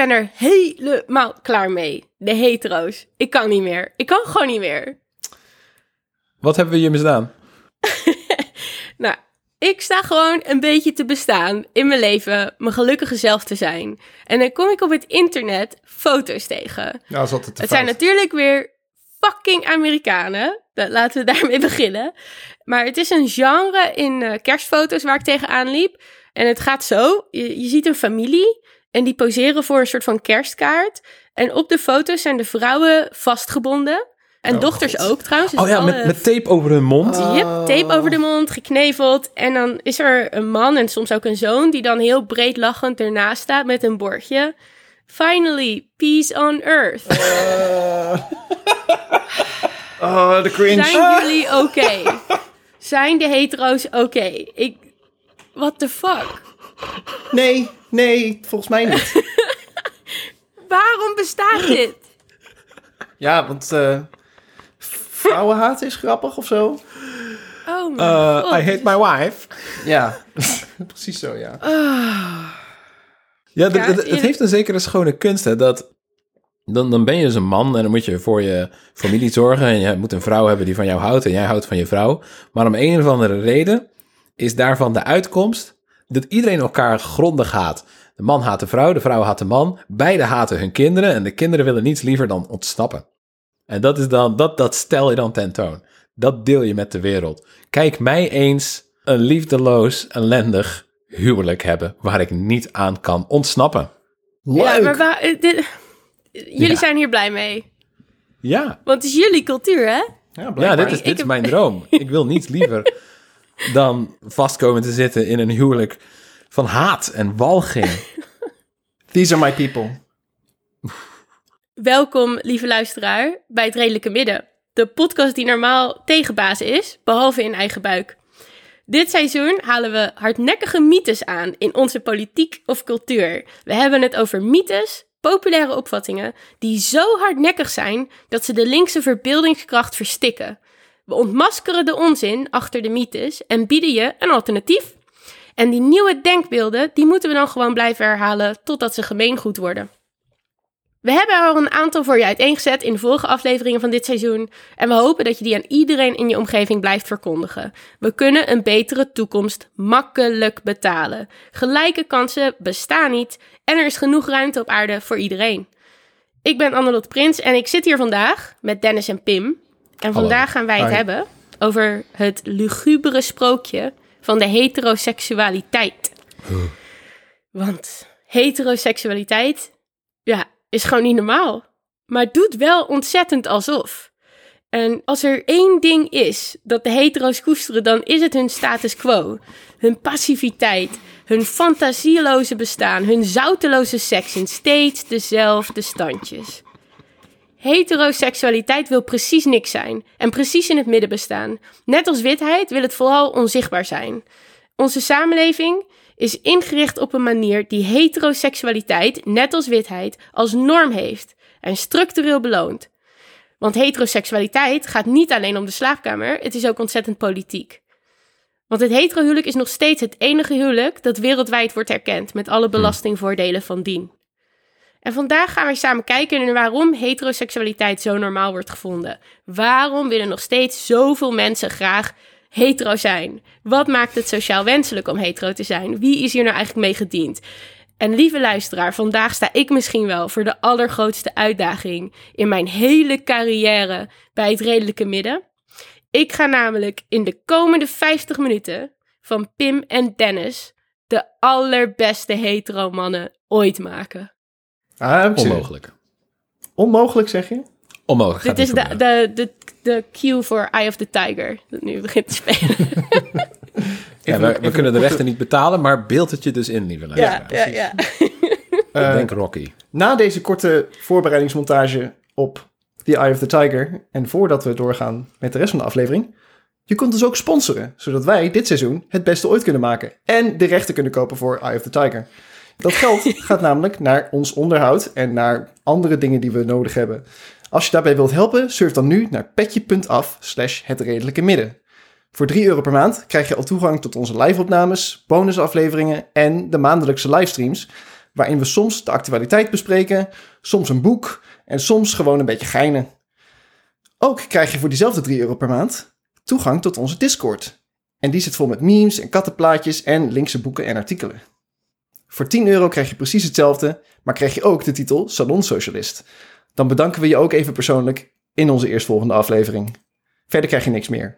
ben er helemaal klaar mee. De hetero's. Ik kan niet meer. Ik kan gewoon niet meer. Wat hebben we je misdaan? Nou, ik sta gewoon een beetje te bestaan in mijn leven, mijn gelukkige zelf te zijn. En dan kom ik op het internet foto's tegen. Ja, dat is altijd te Het fout. zijn natuurlijk weer fucking Amerikanen. Laten we daarmee beginnen. Maar het is een genre in kerstfoto's waar ik tegenaan liep. En het gaat zo. Je ziet een familie en die poseren voor een soort van kerstkaart. En op de foto's zijn de vrouwen vastgebonden. En dochters ook trouwens. Dus Met tape over hun mond. Yep, tape over de mond, gekneveld. En dan is er een man en soms ook een zoon die dan heel breed lachend ernaast staat met een bordje. Finally, peace on earth. De cringe. Zijn jullie oké? Zijn de hetero's oké? What the fuck? Nee, volgens mij niet. Waarom bestaat dit? Ja, want vrouwenhaat is grappig of zo. Oh mijn god. I hate my wife. Ja, precies zo, ja. Ja, het heeft een zekere schone kunst, hè. Dan ben je dus een man en dan moet je voor je familie zorgen. En je moet een vrouw hebben die van jou houdt en jij houdt van je vrouw. Maar om een of andere reden is daarvan de uitkomst dat iedereen elkaar grondig haat. De man haat de vrouw haat de man. Beide haten hun kinderen en de kinderen willen niets liever dan ontsnappen. En dat is dan, dat stel je dan tentoon. Dat deel je met de wereld. Kijk mij eens een liefdeloos, ellendig huwelijk hebben waar ik niet aan kan ontsnappen. Leuk. Ja, maar jullie zijn hier blij mee. Ja. Want het is jullie cultuur, hè? Ja, dit is mijn droom. Ik wil niets liever dan vastkomen te zitten in een huwelijk van haat en walging. These are my people. Welkom, lieve luisteraar, bij Het Redelijke Midden. De podcast die normaal tegenbazen is, behalve in eigen buik. Dit seizoen halen we hardnekkige mythes aan in onze politiek of cultuur. We hebben het over mythes, populaire opvattingen, die zo hardnekkig zijn dat ze de linkse verbeeldingskracht verstikken. We ontmaskeren de onzin achter de mythes en bieden je een alternatief. En die nieuwe denkbeelden, die moeten we dan gewoon blijven herhalen totdat ze gemeengoed worden. We hebben er al een aantal voor je uiteengezet in de vorige afleveringen van dit seizoen. En we hopen dat je die aan iedereen in je omgeving blijft verkondigen. We kunnen een betere toekomst makkelijk betalen. Gelijke kansen bestaan niet en er is genoeg ruimte op aarde voor iedereen. Ik ben Annelot Prins en ik zit hier vandaag met Dennis en Pim. En vandaag gaan wij het hebben over het lugubere sprookje van de heteroseksualiteit. Want heteroseksualiteit, is gewoon niet normaal. Maar het doet wel ontzettend alsof. En als er één ding is dat de hetero's koesteren, dan is het hun status quo. Hun passiviteit, hun fantasieloze bestaan, hun zouteloze seks in steeds dezelfde standjes. Heteroseksualiteit wil precies niks zijn en precies in het midden bestaan. Net als witheid wil het vooral onzichtbaar zijn. Onze samenleving is ingericht op een manier die heteroseksualiteit, net als witheid, als norm heeft en structureel beloont. Want heteroseksualiteit gaat niet alleen om de slaapkamer, het is ook ontzettend politiek. Want het heterohuwelijk is nog steeds het enige huwelijk dat wereldwijd wordt erkend, met alle belastingvoordelen van dien. En vandaag gaan we samen kijken naar waarom heteroseksualiteit zo normaal wordt gevonden. Waarom willen nog steeds zoveel mensen graag hetero zijn? Wat maakt het sociaal wenselijk om hetero te zijn? Wie is hier nou eigenlijk mee gediend? En lieve luisteraar, vandaag sta ik misschien wel voor de allergrootste uitdaging in mijn hele carrière bij Het Redelijke Midden. Ik ga namelijk in de komende 50 minuten van Pim en Dennis de allerbeste hetero mannen ooit maken. Onmogelijk. Onmogelijk, zeg je? Onmogelijk. Dit is de cue voor Eye of the Tiger, dat nu begint te spelen. We kunnen de rechten niet betalen, maar beeld het je dus in, lieve luisteraar. Ja. Denk Rocky. Na deze korte voorbereidingsmontage op The Eye of the Tiger, en voordat we doorgaan met de rest van de aflevering, je kunt ons ook sponsoren, zodat wij dit seizoen het beste ooit kunnen maken en de rechten kunnen kopen voor Eye of the Tiger. Dat geld gaat namelijk naar ons onderhoud en naar andere dingen die we nodig hebben. Als je daarbij wilt helpen, surf dan nu naar petje.af/hetredelijkemidden. Voor €3 per maand krijg je al toegang tot onze live-opnames, bonusafleveringen en de maandelijkse livestreams, waarin we soms de actualiteit bespreken, soms een boek en soms gewoon een beetje geinen. Ook krijg je voor diezelfde €3 per maand toegang tot onze Discord. En die zit vol met memes en kattenplaatjes en linkse boeken en artikelen. Voor €10 krijg je precies hetzelfde, maar krijg je ook de titel Salonsocialist. Dan bedanken we je ook even persoonlijk in onze eerstvolgende aflevering. Verder krijg je niks meer.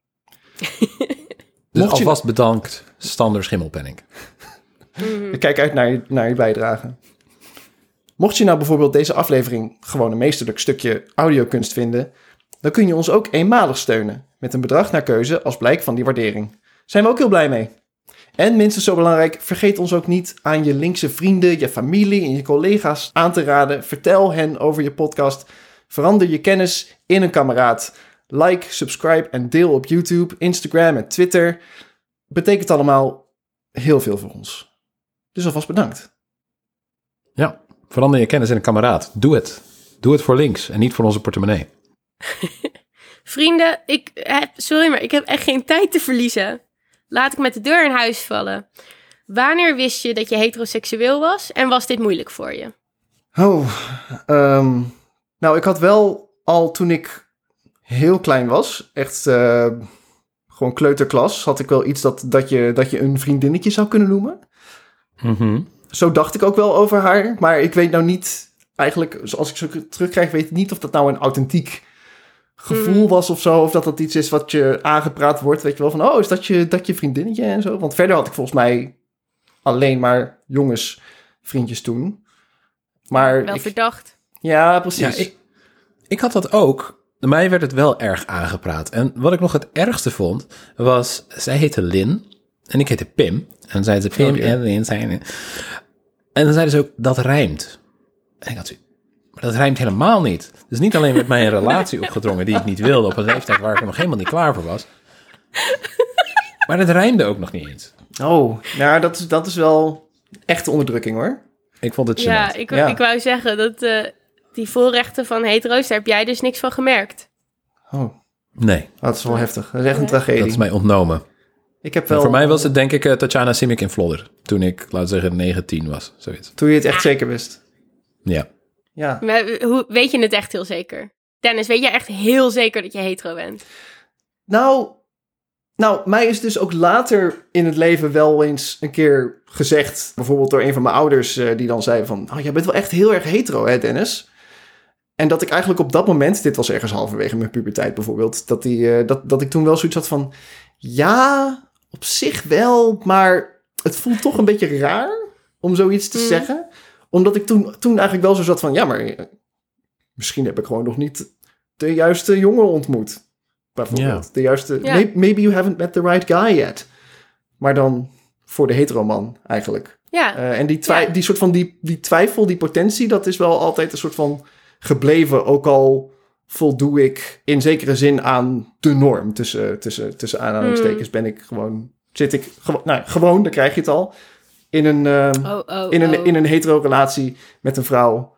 Dus alvast bedankt, Sander Schimmelpenninck. Ik kijk uit naar je bijdrage. Mocht je nou bijvoorbeeld deze aflevering gewoon een meesterlijk stukje audiokunst vinden, dan kun je ons ook eenmalig steunen met een bedrag naar keuze als blijk van die waardering. Zijn we ook heel blij mee. En minstens zo belangrijk, vergeet ons ook niet aan je linkse vrienden, je familie en je collega's aan te raden. Vertel hen over je podcast. Verander je kennis in een kameraad. Like, subscribe en deel op YouTube, Instagram en Twitter. Betekent allemaal heel veel voor ons. Dus alvast bedankt. Ja, verander je kennis in een kameraad. Doe het. Doe het voor links en niet voor onze portemonnee. Vrienden, sorry, maar ik heb echt geen tijd te verliezen. Laat ik met de deur in huis vallen. Wanneer wist je dat je heteroseksueel was en was dit moeilijk voor je? Nou, ik had wel al toen ik heel klein was, echt gewoon kleuterklas, had ik wel iets dat je een vriendinnetje zou kunnen noemen. Mhm. Zo dacht ik ook wel over haar, maar ik weet nou niet, eigenlijk, als ik zo terugkrijg, weet ik niet of dat nou een authentiek gevoel was of zo, of dat iets is wat je aangepraat wordt, weet je wel, van, is dat je vriendinnetje en zo. Want verder had ik volgens mij alleen maar jongensvriendjes toen. Maar wel verdacht. Ja, precies. Ja, ik had dat ook. Mij werd het wel erg aangepraat. En wat ik nog het ergste vond, was, zij heette Lin en ik heette Pim. En dan zeiden ze, Pim en Lin zijn... En dan zeiden ze ook, dat rijmt. En ik had zoiets, maar dat rijmt helemaal niet. Dus niet alleen werd mij een relatie opgedrongen die ik niet wilde op een leeftijd waar ik er nog helemaal niet klaar voor was. Maar het rijmde ook nog niet eens. Nou, dat is wel echte onderdrukking, hoor. Ik vond het gênant. Ja, ik wou zeggen dat die voorrechten van hetero's, daar heb jij dus niks van gemerkt. Nee. Dat is wel heftig. Dat is echt een tragedie. Dat is mij ontnomen. Ik heb wel... Voor mij was het denk ik Tatjana Simic in Vlodder. Toen ik, laten we zeggen, 19 was. Zoiets. Toen je het echt zeker wist. Ja. Maar hoe weet je het echt heel zeker? Dennis, weet jij echt heel zeker dat je hetero bent? Nou, mij is dus ook later in het leven wel eens een keer gezegd, bijvoorbeeld door een van mijn ouders, die dan zei van, jij bent wel echt heel erg hetero, hè, Dennis? En dat ik eigenlijk op dat moment, dit was ergens halverwege mijn puberteit bijvoorbeeld, dat ik toen wel zoiets had van, ja, op zich wel, maar het voelt toch een beetje raar om zoiets te zeggen. Omdat ik toen eigenlijk wel zo zat van, ja, maar misschien heb ik gewoon nog niet de juiste jongen ontmoet. Bijvoorbeeld. De juiste, maybe you haven't met the right guy yet. Maar dan voor de hetero man eigenlijk. Ja. En die soort van die twijfel, die potentie, dat is wel altijd een soort van gebleven. Ook al voldoe ik in zekere zin aan de norm. Tussen aanhalingstekens zit ik gewoon, dan krijg je het al. In een hetero relatie met een vrouw.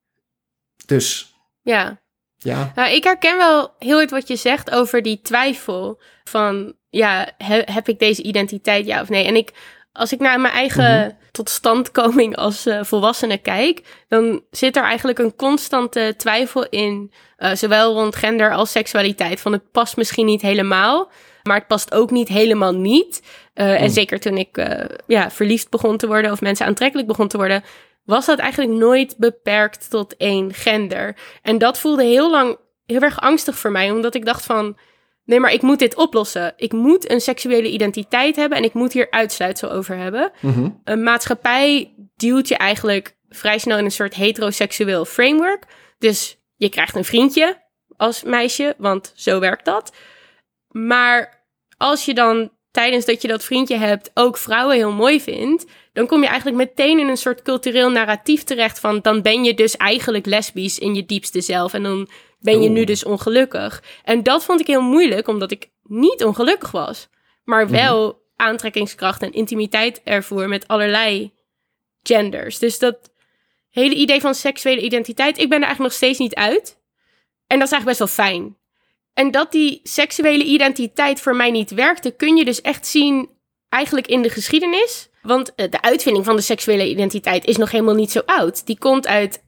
Dus. Ja. Ja. Nou, ik herken wel heel erg wat je zegt over die twijfel van, heb ik deze identiteit, ja of nee? En als ik naar mijn eigen totstandkoming als volwassene kijk, dan zit er eigenlijk een constante twijfel in, zowel rond gender als seksualiteit. Van het past misschien niet helemaal, maar het past ook niet helemaal niet. En zeker toen ik verliefd begon te worden of mensen aantrekkelijk begon te worden, was dat eigenlijk nooit beperkt tot één gender. En dat voelde heel lang heel erg angstig voor mij, omdat ik dacht van, nee, maar ik moet dit oplossen. Ik moet een seksuele identiteit hebben en ik moet hier uitsluitsel over hebben. Een maatschappij duwt je eigenlijk vrij snel in een soort heteroseksueel framework. Dus je krijgt een vriendje als meisje, want zo werkt dat. Maar als je dan tijdens dat je dat vriendje hebt ook vrouwen heel mooi vindt, dan kom je eigenlijk meteen in een soort cultureel narratief terecht van, dan ben je dus eigenlijk lesbisch in je diepste zelf en dan ben je nu dus ongelukkig. En dat vond ik heel moeilijk, omdat ik niet ongelukkig was, maar wel aantrekkingskracht en intimiteit ervoer met allerlei genders. Dus dat hele idee van seksuele identiteit, ik ben er eigenlijk nog steeds niet uit. En dat is eigenlijk best wel fijn. En dat die seksuele identiteit voor mij niet werkte, kun je dus echt zien eigenlijk in de geschiedenis. want de uitvinding van de seksuele identiteit is nog helemaal niet zo oud. Die komt uit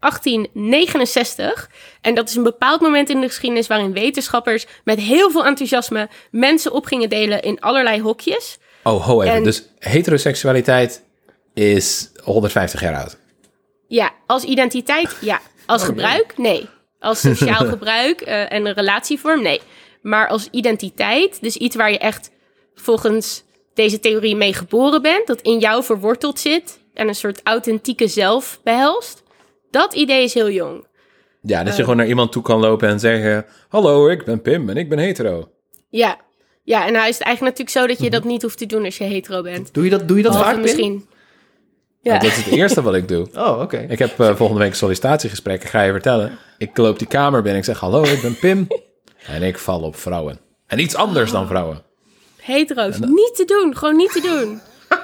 1869 en dat is een bepaald moment in de geschiedenis waarin wetenschappers met heel veel enthousiasme mensen op gingen delen in allerlei hokjes. Oh, ho even. Dus heteroseksualiteit is 150 jaar oud? Ja, als identiteit, ja. Als gebruik, nee. Als sociaal gebruik en een relatievorm, nee. Maar als identiteit, dus iets waar je echt volgens deze theorie mee geboren bent, dat in jou verworteld zit en een soort authentieke zelf behelst, dat idee is heel jong. Ja, dat je gewoon naar iemand toe kan lopen en zeggen, hallo, ik ben Pim en ik ben hetero. Ja, en nou is het eigenlijk natuurlijk zo dat je dat niet hoeft te doen als je hetero bent. Doe je dat vaak, Pim? Misschien. Ja. Dat is het eerste wat ik doe. Oh, oké. Ik heb volgende week een sollicitatiegesprek, ik ga je vertellen. Ik loop die kamer binnen, ik zeg, hallo, ik ben Pim. En ik val op vrouwen. En iets anders dan vrouwen. Hetero's, niet te doen. Gewoon niet te doen.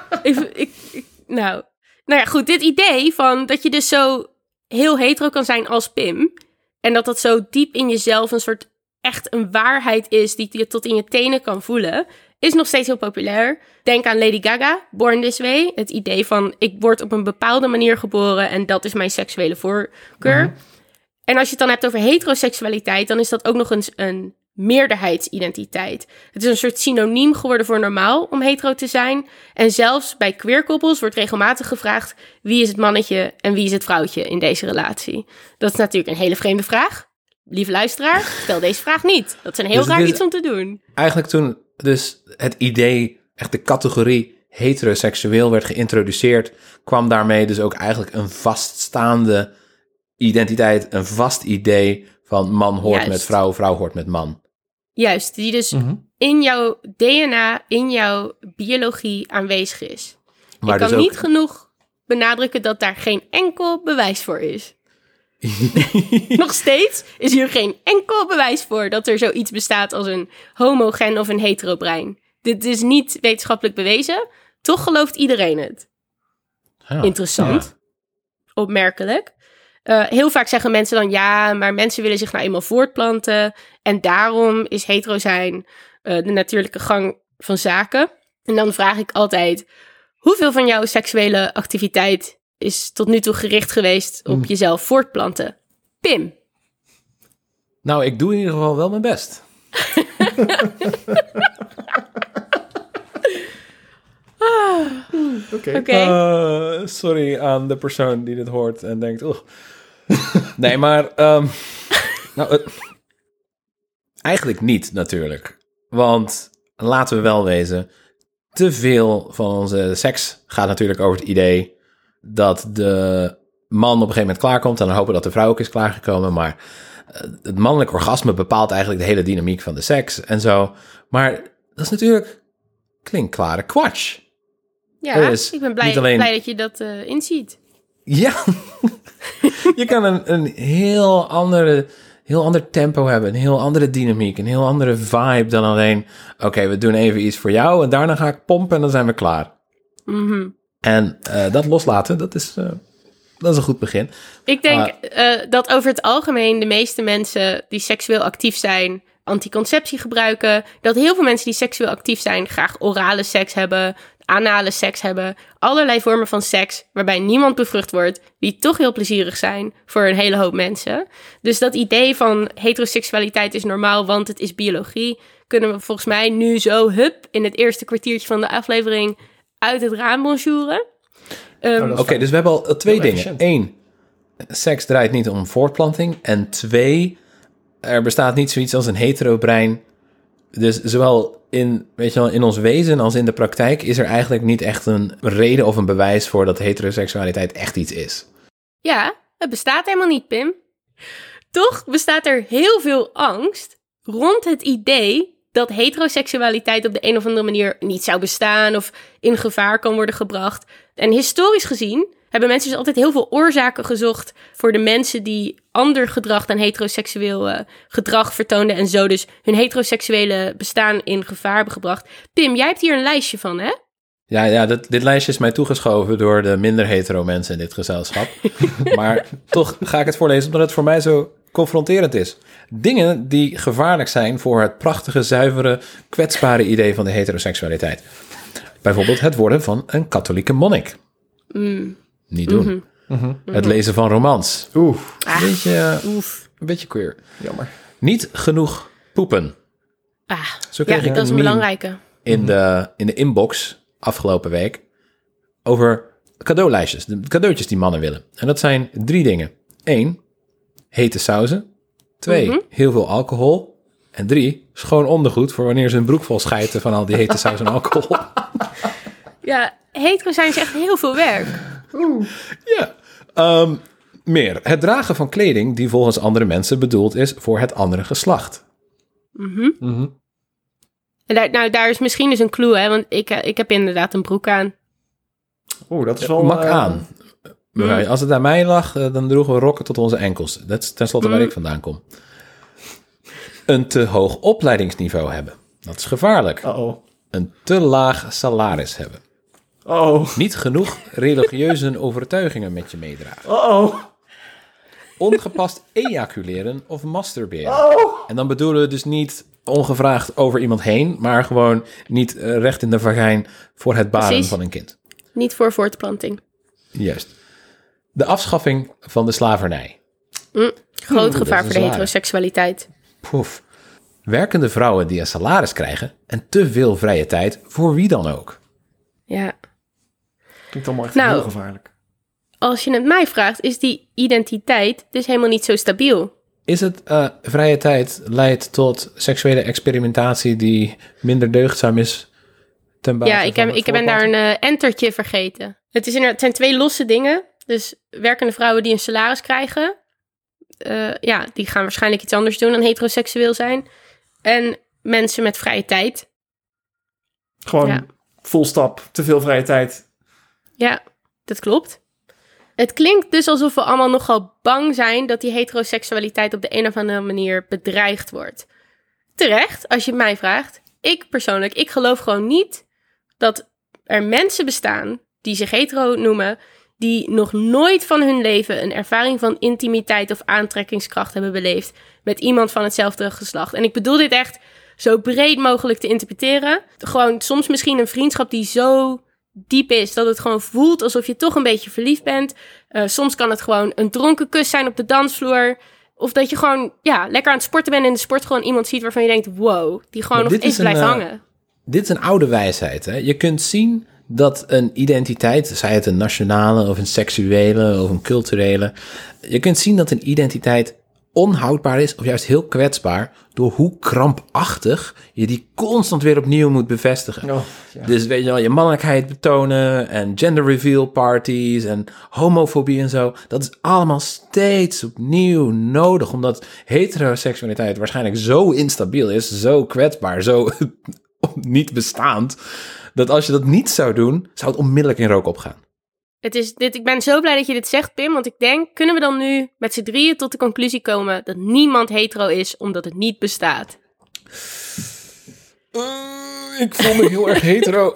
Nou ja, goed. Dit idee van dat je dus zo heel hetero kan zijn als Pim. En dat zo diep in jezelf een soort echt een waarheid is die je tot in je tenen kan voelen, is nog steeds heel populair. Denk aan Lady Gaga, Born This Way. Het idee van ik word op een bepaalde manier geboren en dat is mijn seksuele voorkeur. Mm-hmm. En als je het dan hebt over heteroseksualiteit, dan is dat ook nog eens een meerderheidsidentiteit. Het is een soort synoniem geworden voor normaal om hetero te zijn. En zelfs bij queerkoppels wordt regelmatig gevraagd wie is het mannetje en wie is het vrouwtje in deze relatie. Dat is natuurlijk een hele vreemde vraag. Lieve luisteraar, stel deze vraag niet. Dat is een heel raar iets om te doen. Eigenlijk toen dus het idee, echt de categorie heteroseksueel werd geïntroduceerd, kwam daarmee dus ook eigenlijk een vaststaande identiteit, een vast idee van man hoort met vrouw, vrouw hoort met man. Juist, die dus in jouw DNA, in jouw biologie aanwezig is. Maar ik kan dus niet genoeg benadrukken dat daar geen enkel bewijs voor is. Nog steeds is hier geen enkel bewijs voor dat er zoiets bestaat als een homogen of een hetero-brein. Dit is niet wetenschappelijk bewezen, toch gelooft iedereen het. Ja. Interessant. Ja. Opmerkelijk. Heel vaak zeggen mensen dan ja, maar mensen willen zich nou eenmaal voortplanten en daarom is hetero zijn de natuurlijke gang van zaken. En dan vraag ik altijd, hoeveel van jouw seksuele activiteit is tot nu toe gericht geweest op jezelf voortplanten? Pim? Nou, ik doe in ieder geval wel mijn best. Oké. Sorry aan de persoon die dit hoort en denkt, nee, maar eigenlijk niet natuurlijk. Want laten we wel wezen, te veel van onze seks gaat natuurlijk over het idee dat de man op een gegeven moment klaarkomt en dan hopen dat de vrouw ook is klaargekomen. Maar het mannelijk orgasme bepaalt eigenlijk de hele dynamiek van de seks en zo. Maar dat is natuurlijk klinkklare kwatsch. Ja, ik ben blij dat je dat inziet. Ja, je kan een heel ander tempo hebben, een heel andere dynamiek, een heel andere vibe dan alleen, oké, we doen even iets voor jou en daarna ga ik pompen en dan zijn we klaar. Mm-hmm. En dat loslaten, dat is een goed begin. Ik denk dat over het algemeen de meeste mensen die seksueel actief zijn, anticonceptie gebruiken, dat heel veel mensen die seksueel actief zijn graag orale seks hebben, anale seks hebben, allerlei vormen van seks waarbij niemand bevrucht wordt, die toch heel plezierig zijn voor een hele hoop mensen. Dus dat idee van heteroseksualiteit is normaal, want het is biologie, kunnen we volgens mij nu zo in het eerste kwartiertje van de aflevering uit het raam bonjouren. Oké, dus we hebben al twee dingen. 1, seks draait niet om voortplanting. En 2, er bestaat niet zoiets als een hetero-brein. Dus zowel in ons wezen als in de praktijk is er eigenlijk niet echt een reden of een bewijs voor dat heteroseksualiteit echt iets is. Ja, het bestaat helemaal niet, Pim. Toch bestaat er heel veel angst rond het idee dat heteroseksualiteit op de een of andere manier niet zou bestaan of in gevaar kan worden gebracht. En historisch gezien hebben mensen dus altijd heel veel oorzaken gezocht voor de mensen die ander gedrag dan heteroseksueel gedrag vertoonden en zo dus hun heteroseksuele bestaan in gevaar hebben gebracht. Pim, jij hebt hier een lijstje van, hè? Ja, dit lijstje is mij toegeschoven door de minder hetero mensen in dit gezelschap. Maar toch ga ik het voorlezen omdat het voor mij zo confronterend is. Dingen die gevaarlijk zijn voor het prachtige, zuivere, kwetsbare idee van de heteroseksualiteit. Bijvoorbeeld het worden van een katholieke monnik. Niet doen. Het lezen van romans. Oeh, Een beetje queer. jammer. Niet genoeg poepen. Zo kreeg ik dat is een meme belangrijke. in de inbox afgelopen week over cadeaulijstjes. De cadeautjes die mannen willen. En dat zijn 3 dingen. 1, hete sauzen. 2, heel veel alcohol. En 3, schoon ondergoed voor wanneer ze een broek vol schijten van al die hete saus en alcohol. Ja, hetero zijn is echt heel veel werk. Ja. Meer. Het dragen van kleding die volgens andere mensen bedoeld is voor het andere geslacht. En daar is misschien dus een clue, hè? Want ik heb inderdaad een broek aan. Oeh, dat is wel... Mak aan. Als het aan mij lag, dan droegen we rokken tot onze enkels. Dat is tenslotte waar ik vandaan kom. Een te hoog opleidingsniveau hebben. Dat is gevaarlijk. Uh-oh. Een te laag salaris hebben. Oh. Niet genoeg religieuze overtuigingen met je meedragen. Oh. Ongepast ejaculeren of masturberen. Oh. En dan bedoelen we dus niet ongevraagd over iemand heen, maar gewoon niet recht in de vagijn voor het baren Precies. van een kind. Niet voor voortplanting. Juist. De afschaffing van de slavernij. Groot dat gevaar is voor de waar. heteroseksualiteit. Poef. Werkende vrouwen die een salaris krijgen en te veel vrije tijd voor wie dan ook. Ja. Klinkt allemaal echt Nou. heel gevaarlijk. Als je het mij vraagt, is die identiteit dus helemaal niet zo stabiel. Is het vrije tijd leidt tot seksuele experimentatie die minder deugdzaam is ten bate Ja, van het ik ben daar voortplanten? een entertje vergeten. Het zijn 2 losse dingen. Dus werkende vrouwen die een salaris krijgen, die gaan waarschijnlijk iets anders doen dan heteroseksueel zijn. En mensen met vrije tijd. Gewoon Ja. vol stap, te veel vrije tijd. Ja, dat klopt. Het klinkt dus alsof we allemaal nogal bang zijn dat die heteroseksualiteit op de een of andere manier bedreigd wordt. Terecht, als je het mij vraagt. Ik geloof gewoon niet dat er mensen bestaan die zich hetero noemen, die nog nooit van hun leven een ervaring van intimiteit of aantrekkingskracht hebben beleefd met iemand van hetzelfde geslacht. En ik bedoel dit echt zo breed mogelijk te interpreteren. Gewoon soms misschien een vriendschap die zo diep is dat het gewoon voelt alsof je toch een beetje verliefd bent. Soms kan het gewoon een dronken kus zijn op de dansvloer. Of dat je gewoon lekker aan het sporten bent en in de sport gewoon iemand ziet waarvan je denkt, wow, die gewoon Maar nog dit is even blijft een, hangen. Dit is een oude wijsheid. Hè? Je kunt zien dat een identiteit, zij het een nationale of een seksuele of een culturele, je kunt zien dat een identiteit onhoudbaar is of juist heel kwetsbaar door hoe krampachtig je die constant weer opnieuw moet bevestigen. Oh, ja. Dus weet je wel, je mannelijkheid betonen en gender reveal parties en homofobie en zo. Dat is allemaal steeds opnieuw nodig, omdat heteroseksualiteit waarschijnlijk zo instabiel is, zo kwetsbaar, zo niet bestaand, dat als je dat niet zou doen, zou het onmiddellijk in rook opgaan. Ik ben zo blij dat je dit zegt, Pim, want ik denk, kunnen we dan nu met z'n drieën tot de conclusie komen dat niemand hetero is omdat het niet bestaat? Ik voel me heel erg hetero.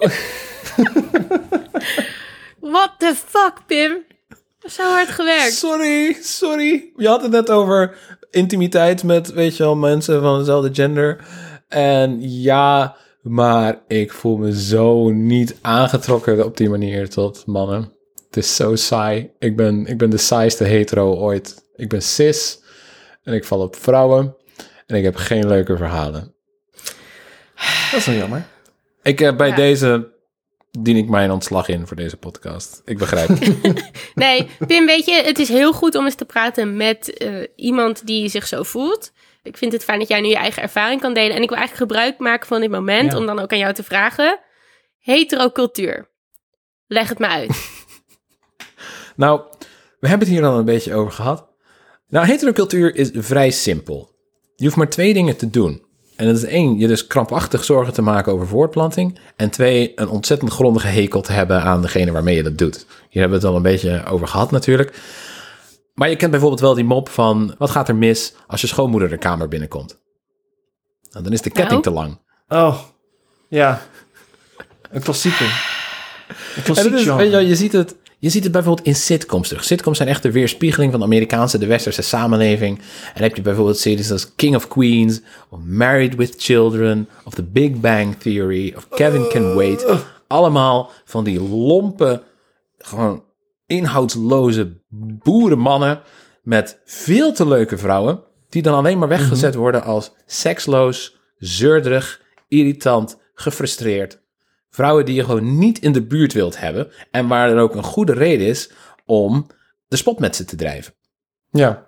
What the fuck, Pim? Zo hard gewerkt. Sorry. Je had het net over intimiteit met, weet je wel, mensen van dezelfde gender. En ja, maar ik voel me zo niet aangetrokken op die manier tot mannen. Het is zo saai. Ik ben de saaiste hetero ooit. Ik ben cis en ik val op vrouwen en ik heb geen leuke verhalen. Dat is wel jammer. Bij deze dien ik mijn ontslag in voor deze podcast. Ik begrijp het. Nee, Pim, weet je, het is heel goed om eens te praten met iemand die zich zo voelt. Ik vind het fijn dat jij nu je eigen ervaring kan delen. En ik wil eigenlijk gebruik maken van dit moment om dan ook aan jou te vragen. Heterocultuur. Leg het me uit. Nou, we hebben het hier al een beetje over gehad. Nou, heterocultuur is vrij simpel. Je hoeft maar 2 dingen te doen. En dat is 1, je dus krampachtig zorgen te maken over voortplanting. En 2, een ontzettend grondige hekel te hebben aan degene waarmee je dat doet. Hier hebben we het al een beetje over gehad natuurlijk. Maar je kent bijvoorbeeld wel die mop van, wat gaat er mis als je schoonmoeder de kamer binnenkomt? Nou, dan is de ketting te lang. Oh, ja. Een klassieker. Een En klassiek dat is, genre. weet je, wel, je ziet het bijvoorbeeld in sitcoms terug. Sitcoms zijn echt de weerspiegeling van de Amerikaanse, de westerse samenleving. En dan heb je bijvoorbeeld series als King of Queens, of Married with Children, of The Big Bang Theory, of Kevin Can Wait. allemaal van die lompe, gewoon inhoudsloze boerenmannen met veel te leuke vrouwen, die dan alleen maar weggezet worden als seksloos, zeurderig, irritant, gefrustreerd. Vrouwen die je gewoon niet in de buurt wilt hebben en waar er ook een goede reden is om de spot met ze te drijven. Ja.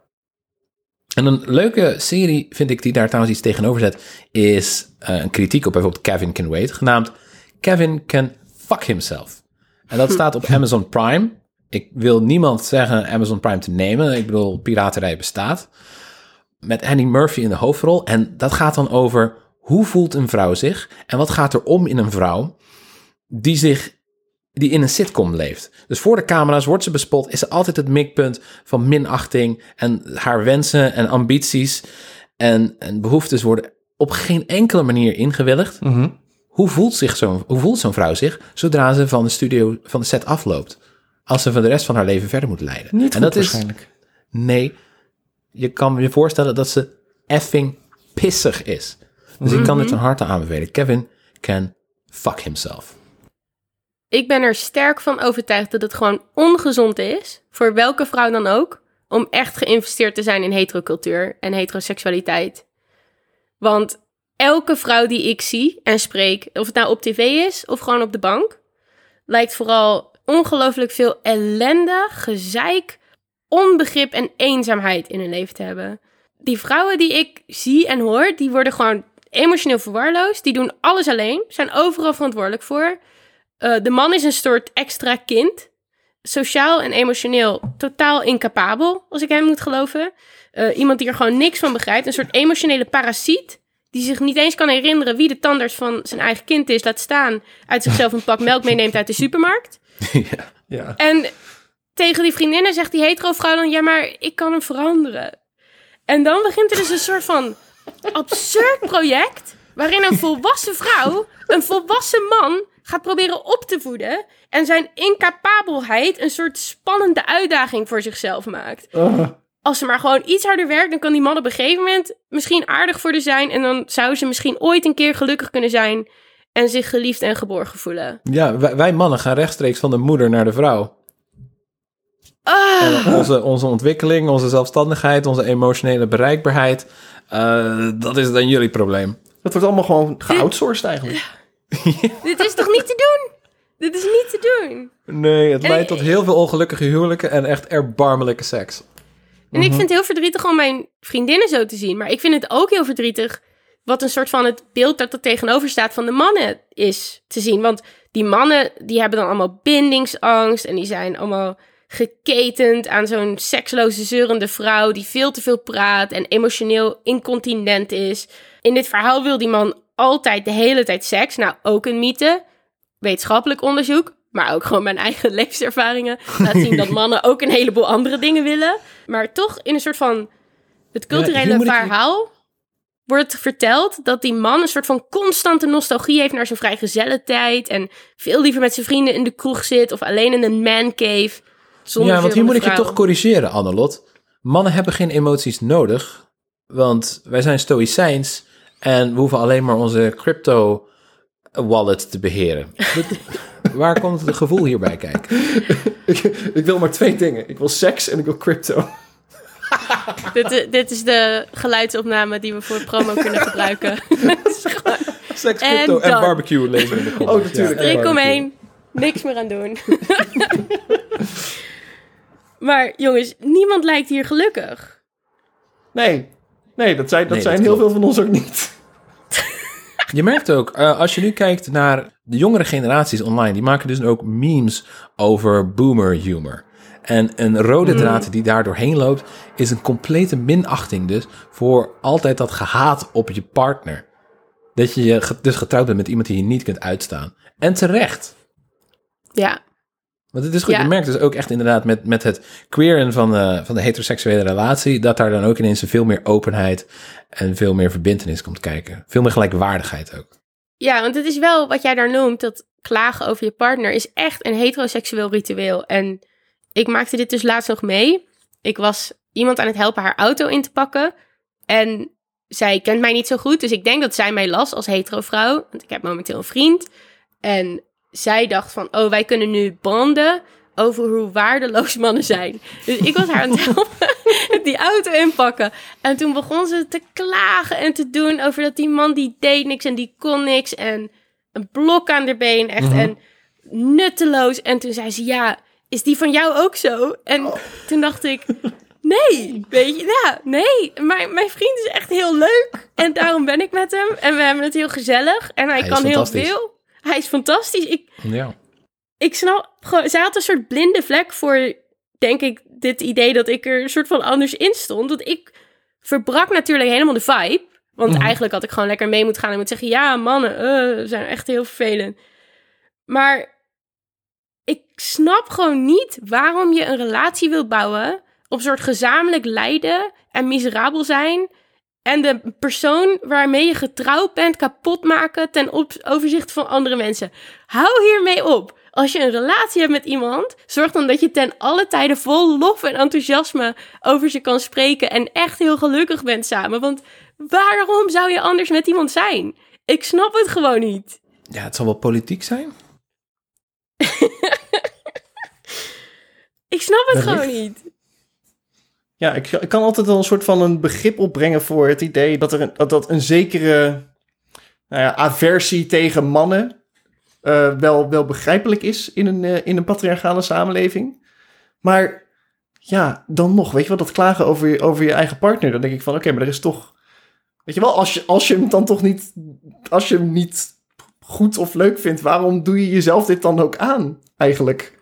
En een leuke serie, vind ik, die daar trouwens iets tegenover zet, is een kritiek op bijvoorbeeld Kevin Can Wait, genaamd Kevin Can Fuck Himself. En dat staat op Amazon Prime. Ik wil niemand zeggen Amazon Prime te nemen. Ik bedoel, piraterij bestaat. Met Annie Murphy in de hoofdrol. En dat gaat dan over hoe voelt een vrouw zich en wat gaat er om in een vrouw die in een sitcom leeft. Dus voor de camera's wordt ze bespot, is ze altijd het mikpunt van minachting en haar wensen en ambities en behoeftes worden op geen enkele manier ingewilligd. Mm-hmm. Hoe voelt zo'n vrouw zich zodra ze van de set afloopt? Als ze voor de rest van haar leven verder moet leiden. Niet en goed dat waarschijnlijk. Nee, je kan je voorstellen dat ze effing pissig is. Dus ik kan dit van harte aanbevelen. Kevin Can Fuck Himself. Ik ben er sterk van overtuigd dat het gewoon ongezond is, voor welke vrouw dan ook, om echt geïnvesteerd te zijn in heterocultuur en heteroseksualiteit. Want elke vrouw die ik zie en spreek, of het nou op tv is of gewoon op de bank, lijkt vooral ongelooflijk veel ellende, gezeik, onbegrip en eenzaamheid in hun leven te hebben. Die vrouwen die ik zie en hoor, die worden gewoon emotioneel verwaarloosd. Die doen alles alleen, zijn overal verantwoordelijk voor. De man is een soort extra kind. Sociaal en emotioneel totaal incapabel, als ik hem moet geloven. Iemand die er gewoon niks van begrijpt. Een soort emotionele parasiet, die zich niet eens kan herinneren wie de tandarts van zijn eigen kind is. Laat staan uit zichzelf een pak melk meeneemt uit de supermarkt. Ja. En tegen die vriendinnen zegt die hetero-vrouw dan, ja, maar ik kan hem veranderen. En dan begint er dus een soort van absurd project, waarin een volwassen vrouw een volwassen man gaat proberen op te voeden en zijn incapabelheid een soort spannende uitdaging voor zichzelf maakt. Als ze maar gewoon iets harder werkt, dan kan die man op een gegeven moment misschien aardig voor haar zijn en dan zou ze misschien ooit een keer gelukkig kunnen zijn en zich geliefd en geborgen voelen. Ja, wij mannen gaan rechtstreeks van de moeder naar de vrouw. Onze ontwikkeling, onze zelfstandigheid, onze emotionele bereikbaarheid, dat is dan jullie probleem. Dat wordt allemaal gewoon geoutsourced eigenlijk. Dit is toch niet te doen? Dit is niet te doen. Nee, het leidt tot heel veel ongelukkige huwelijken en echt erbarmelijke seks. En ik vind het heel verdrietig om mijn vriendinnen zo te zien. Maar ik vind het ook heel verdrietig wat een soort van het beeld dat er tegenover staat van de mannen is te zien. Want die mannen, die hebben dan allemaal bindingsangst en die zijn allemaal geketend aan zo'n seksloze, zeurende vrouw die veel te veel praat en emotioneel incontinent is. In dit verhaal wil die man altijd de hele tijd seks. Nou, ook een mythe. Wetenschappelijk onderzoek, maar ook gewoon mijn eigen levenservaringen laat zien dat mannen ook een heleboel andere dingen willen. Maar toch in een soort van het culturele verhaal wordt verteld dat die man een soort van constante nostalgie heeft naar zijn vrijgezellentijd en veel liever met zijn vrienden in de kroeg zit of alleen in een mancave. Ja, want hier moet ik je toch corrigeren, Annelot. Mannen hebben geen emoties nodig, want wij zijn stoïcijns en we hoeven alleen maar onze crypto wallet te beheren. Waar komt het gevoel hierbij kijken? Ik wil maar 2 dingen. Ik wil seks en ik wil crypto. Dit is de geluidsopname die we voor promo kunnen gebruiken. Seks, crypto en barbecue lezen in de comments. Oh, natuurlijk. Ja. Strik omheen. Niks meer aan doen. Maar jongens, niemand lijkt hier gelukkig. Nee, dat zijn dat heel klopt. veel van ons ook niet. Je merkt ook, als je nu kijkt naar de jongere generaties online, die maken dus ook memes over boomer humor. En een rode draad die daar doorheen loopt, is een complete minachting dus voor altijd dat gehaat op je partner. Dat je dus getrouwd bent met iemand die je niet kunt uitstaan. En terecht. Ja. Want het is goed, Ja. je merkt dus ook echt inderdaad met het queeren van de heteroseksuele relatie, dat daar dan ook ineens veel meer openheid en veel meer verbintenis komt kijken. Veel meer gelijkwaardigheid ook. Ja, want het is wel wat jij daar noemt, dat klagen over je partner is echt een heteroseksueel ritueel. En ik maakte dit dus laatst nog mee. Ik was iemand aan het helpen haar auto in te pakken. En zij kent mij niet zo goed, dus ik denk dat zij mij las als hetero vrouw. Want ik heb momenteel een vriend. En zij dacht van, oh, wij kunnen nu banden over hoe waardeloos mannen zijn. Dus ik was haar aan het helpen, die auto inpakken. En toen begon ze te klagen en te doen over dat die man die deed niks en die kon niks. En een blok aan haar been, echt. En nutteloos. En toen zei ze, ja, is die van jou ook zo? En toen dacht ik, nee, weet je, ja, nee. Maar mijn vriend is echt heel leuk. En daarom ben ik met hem. En we hebben het heel gezellig. En hij kan heel veel. Hij is fantastisch. Ik snap gewoon, zij had een soort blinde vlek voor, denk ik, dit idee dat ik er een soort van anders in stond. Want ik verbrak natuurlijk helemaal de vibe. Want eigenlijk had ik gewoon lekker mee moeten gaan en moeten zeggen, ja, mannen, zijn echt heel vervelend. Maar ik snap gewoon niet waarom je een relatie wil bouwen op een soort gezamenlijk lijden en miserabel zijn en de persoon waarmee je getrouwd bent kapot maken ten overzichte van andere mensen. Hou hiermee op. Als je een relatie hebt met iemand, zorg dan dat je ten alle tijden vol lof en enthousiasme over ze kan spreken en echt heel gelukkig bent samen. Want waarom zou je anders met iemand zijn? Ik snap het gewoon niet. Ja, het zal wel politiek zijn. Ik snap het gewoon niet. Ja, ik kan altijd wel een soort van een begrip opbrengen voor het idee dat een zekere aversie tegen mannen wel begrijpelijk is in een patriarchale samenleving. Maar ja, dan nog, weet je wel, dat klagen over je eigen partner. Dan denk ik van, oké, maar er is toch, weet je wel, als je hem dan toch niet, als je hem niet goed of leuk vindt, waarom doe je jezelf dit dan ook aan, eigenlijk?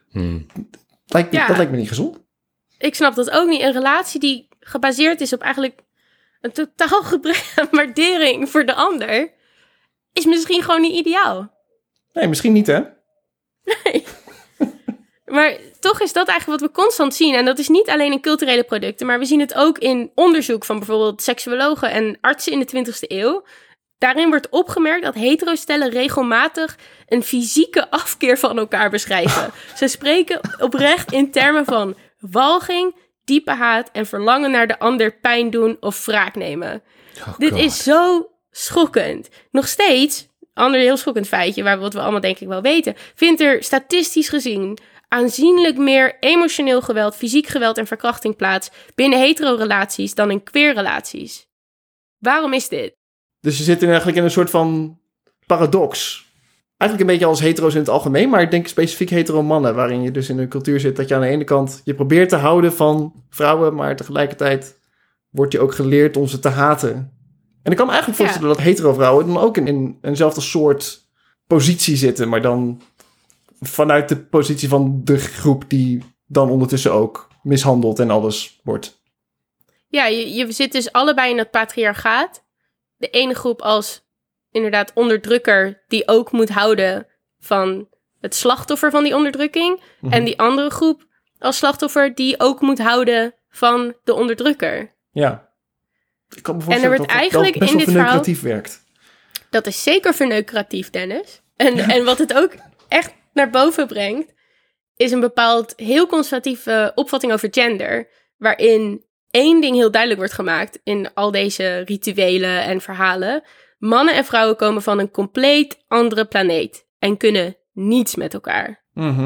Dat lijkt me niet gezond. Ik snap dat ook niet. Een relatie die gebaseerd is op eigenlijk een totaal gebrek aan waardering voor de ander, is misschien gewoon niet ideaal. Nee, misschien niet, hè? Nee. Maar toch is dat eigenlijk wat we constant zien. En dat is niet alleen in culturele producten, maar we zien het ook in onderzoek van bijvoorbeeld seksuologen en artsen in de 20e eeuw. Daarin wordt opgemerkt dat hetero-stellen regelmatig een fysieke afkeer van elkaar beschrijven. Ze spreken oprecht in termen van walging, diepe haat en verlangen naar de ander pijn doen of wraak nemen. Dit is zo schokkend. Nog steeds, ander heel schokkend feitje, wat we allemaal denk ik wel weten, vindt er statistisch gezien aanzienlijk meer emotioneel geweld, fysiek geweld en verkrachting plaats binnen hetero-relaties dan in queer-relaties. Waarom is dit? Dus je zit eigenlijk in een soort van paradox. Eigenlijk een beetje als hetero's in het algemeen, maar ik denk specifiek hetero-mannen, waarin je dus in een cultuur zit dat je aan de ene kant je probeert te houden van vrouwen, maar tegelijkertijd wordt je ook geleerd om ze te haten. En ik kan me eigenlijk voorstellen dat hetero-vrouwen dan ook in eenzelfde soort positie zitten, maar dan vanuit de positie van de groep die dan ondertussen ook mishandeld en alles wordt. Ja, je zit dus allebei in dat patriarchaat. De ene groep als inderdaad onderdrukker die ook moet houden van het slachtoffer van die onderdrukking. En die andere groep als slachtoffer die ook moet houden van de onderdrukker. Ja. Ik kan me voorstellen en er wordt eigenlijk best in wel dit verhaal werkt. Dat is zeker verneukeratief, Dennis. En wat het ook echt naar boven brengt, is een bepaald heel conservatieve opvatting over gender, waarin één ding heel duidelijk wordt gemaakt in al deze rituelen en verhalen. Mannen en vrouwen komen van een compleet andere planeet en kunnen niets met elkaar.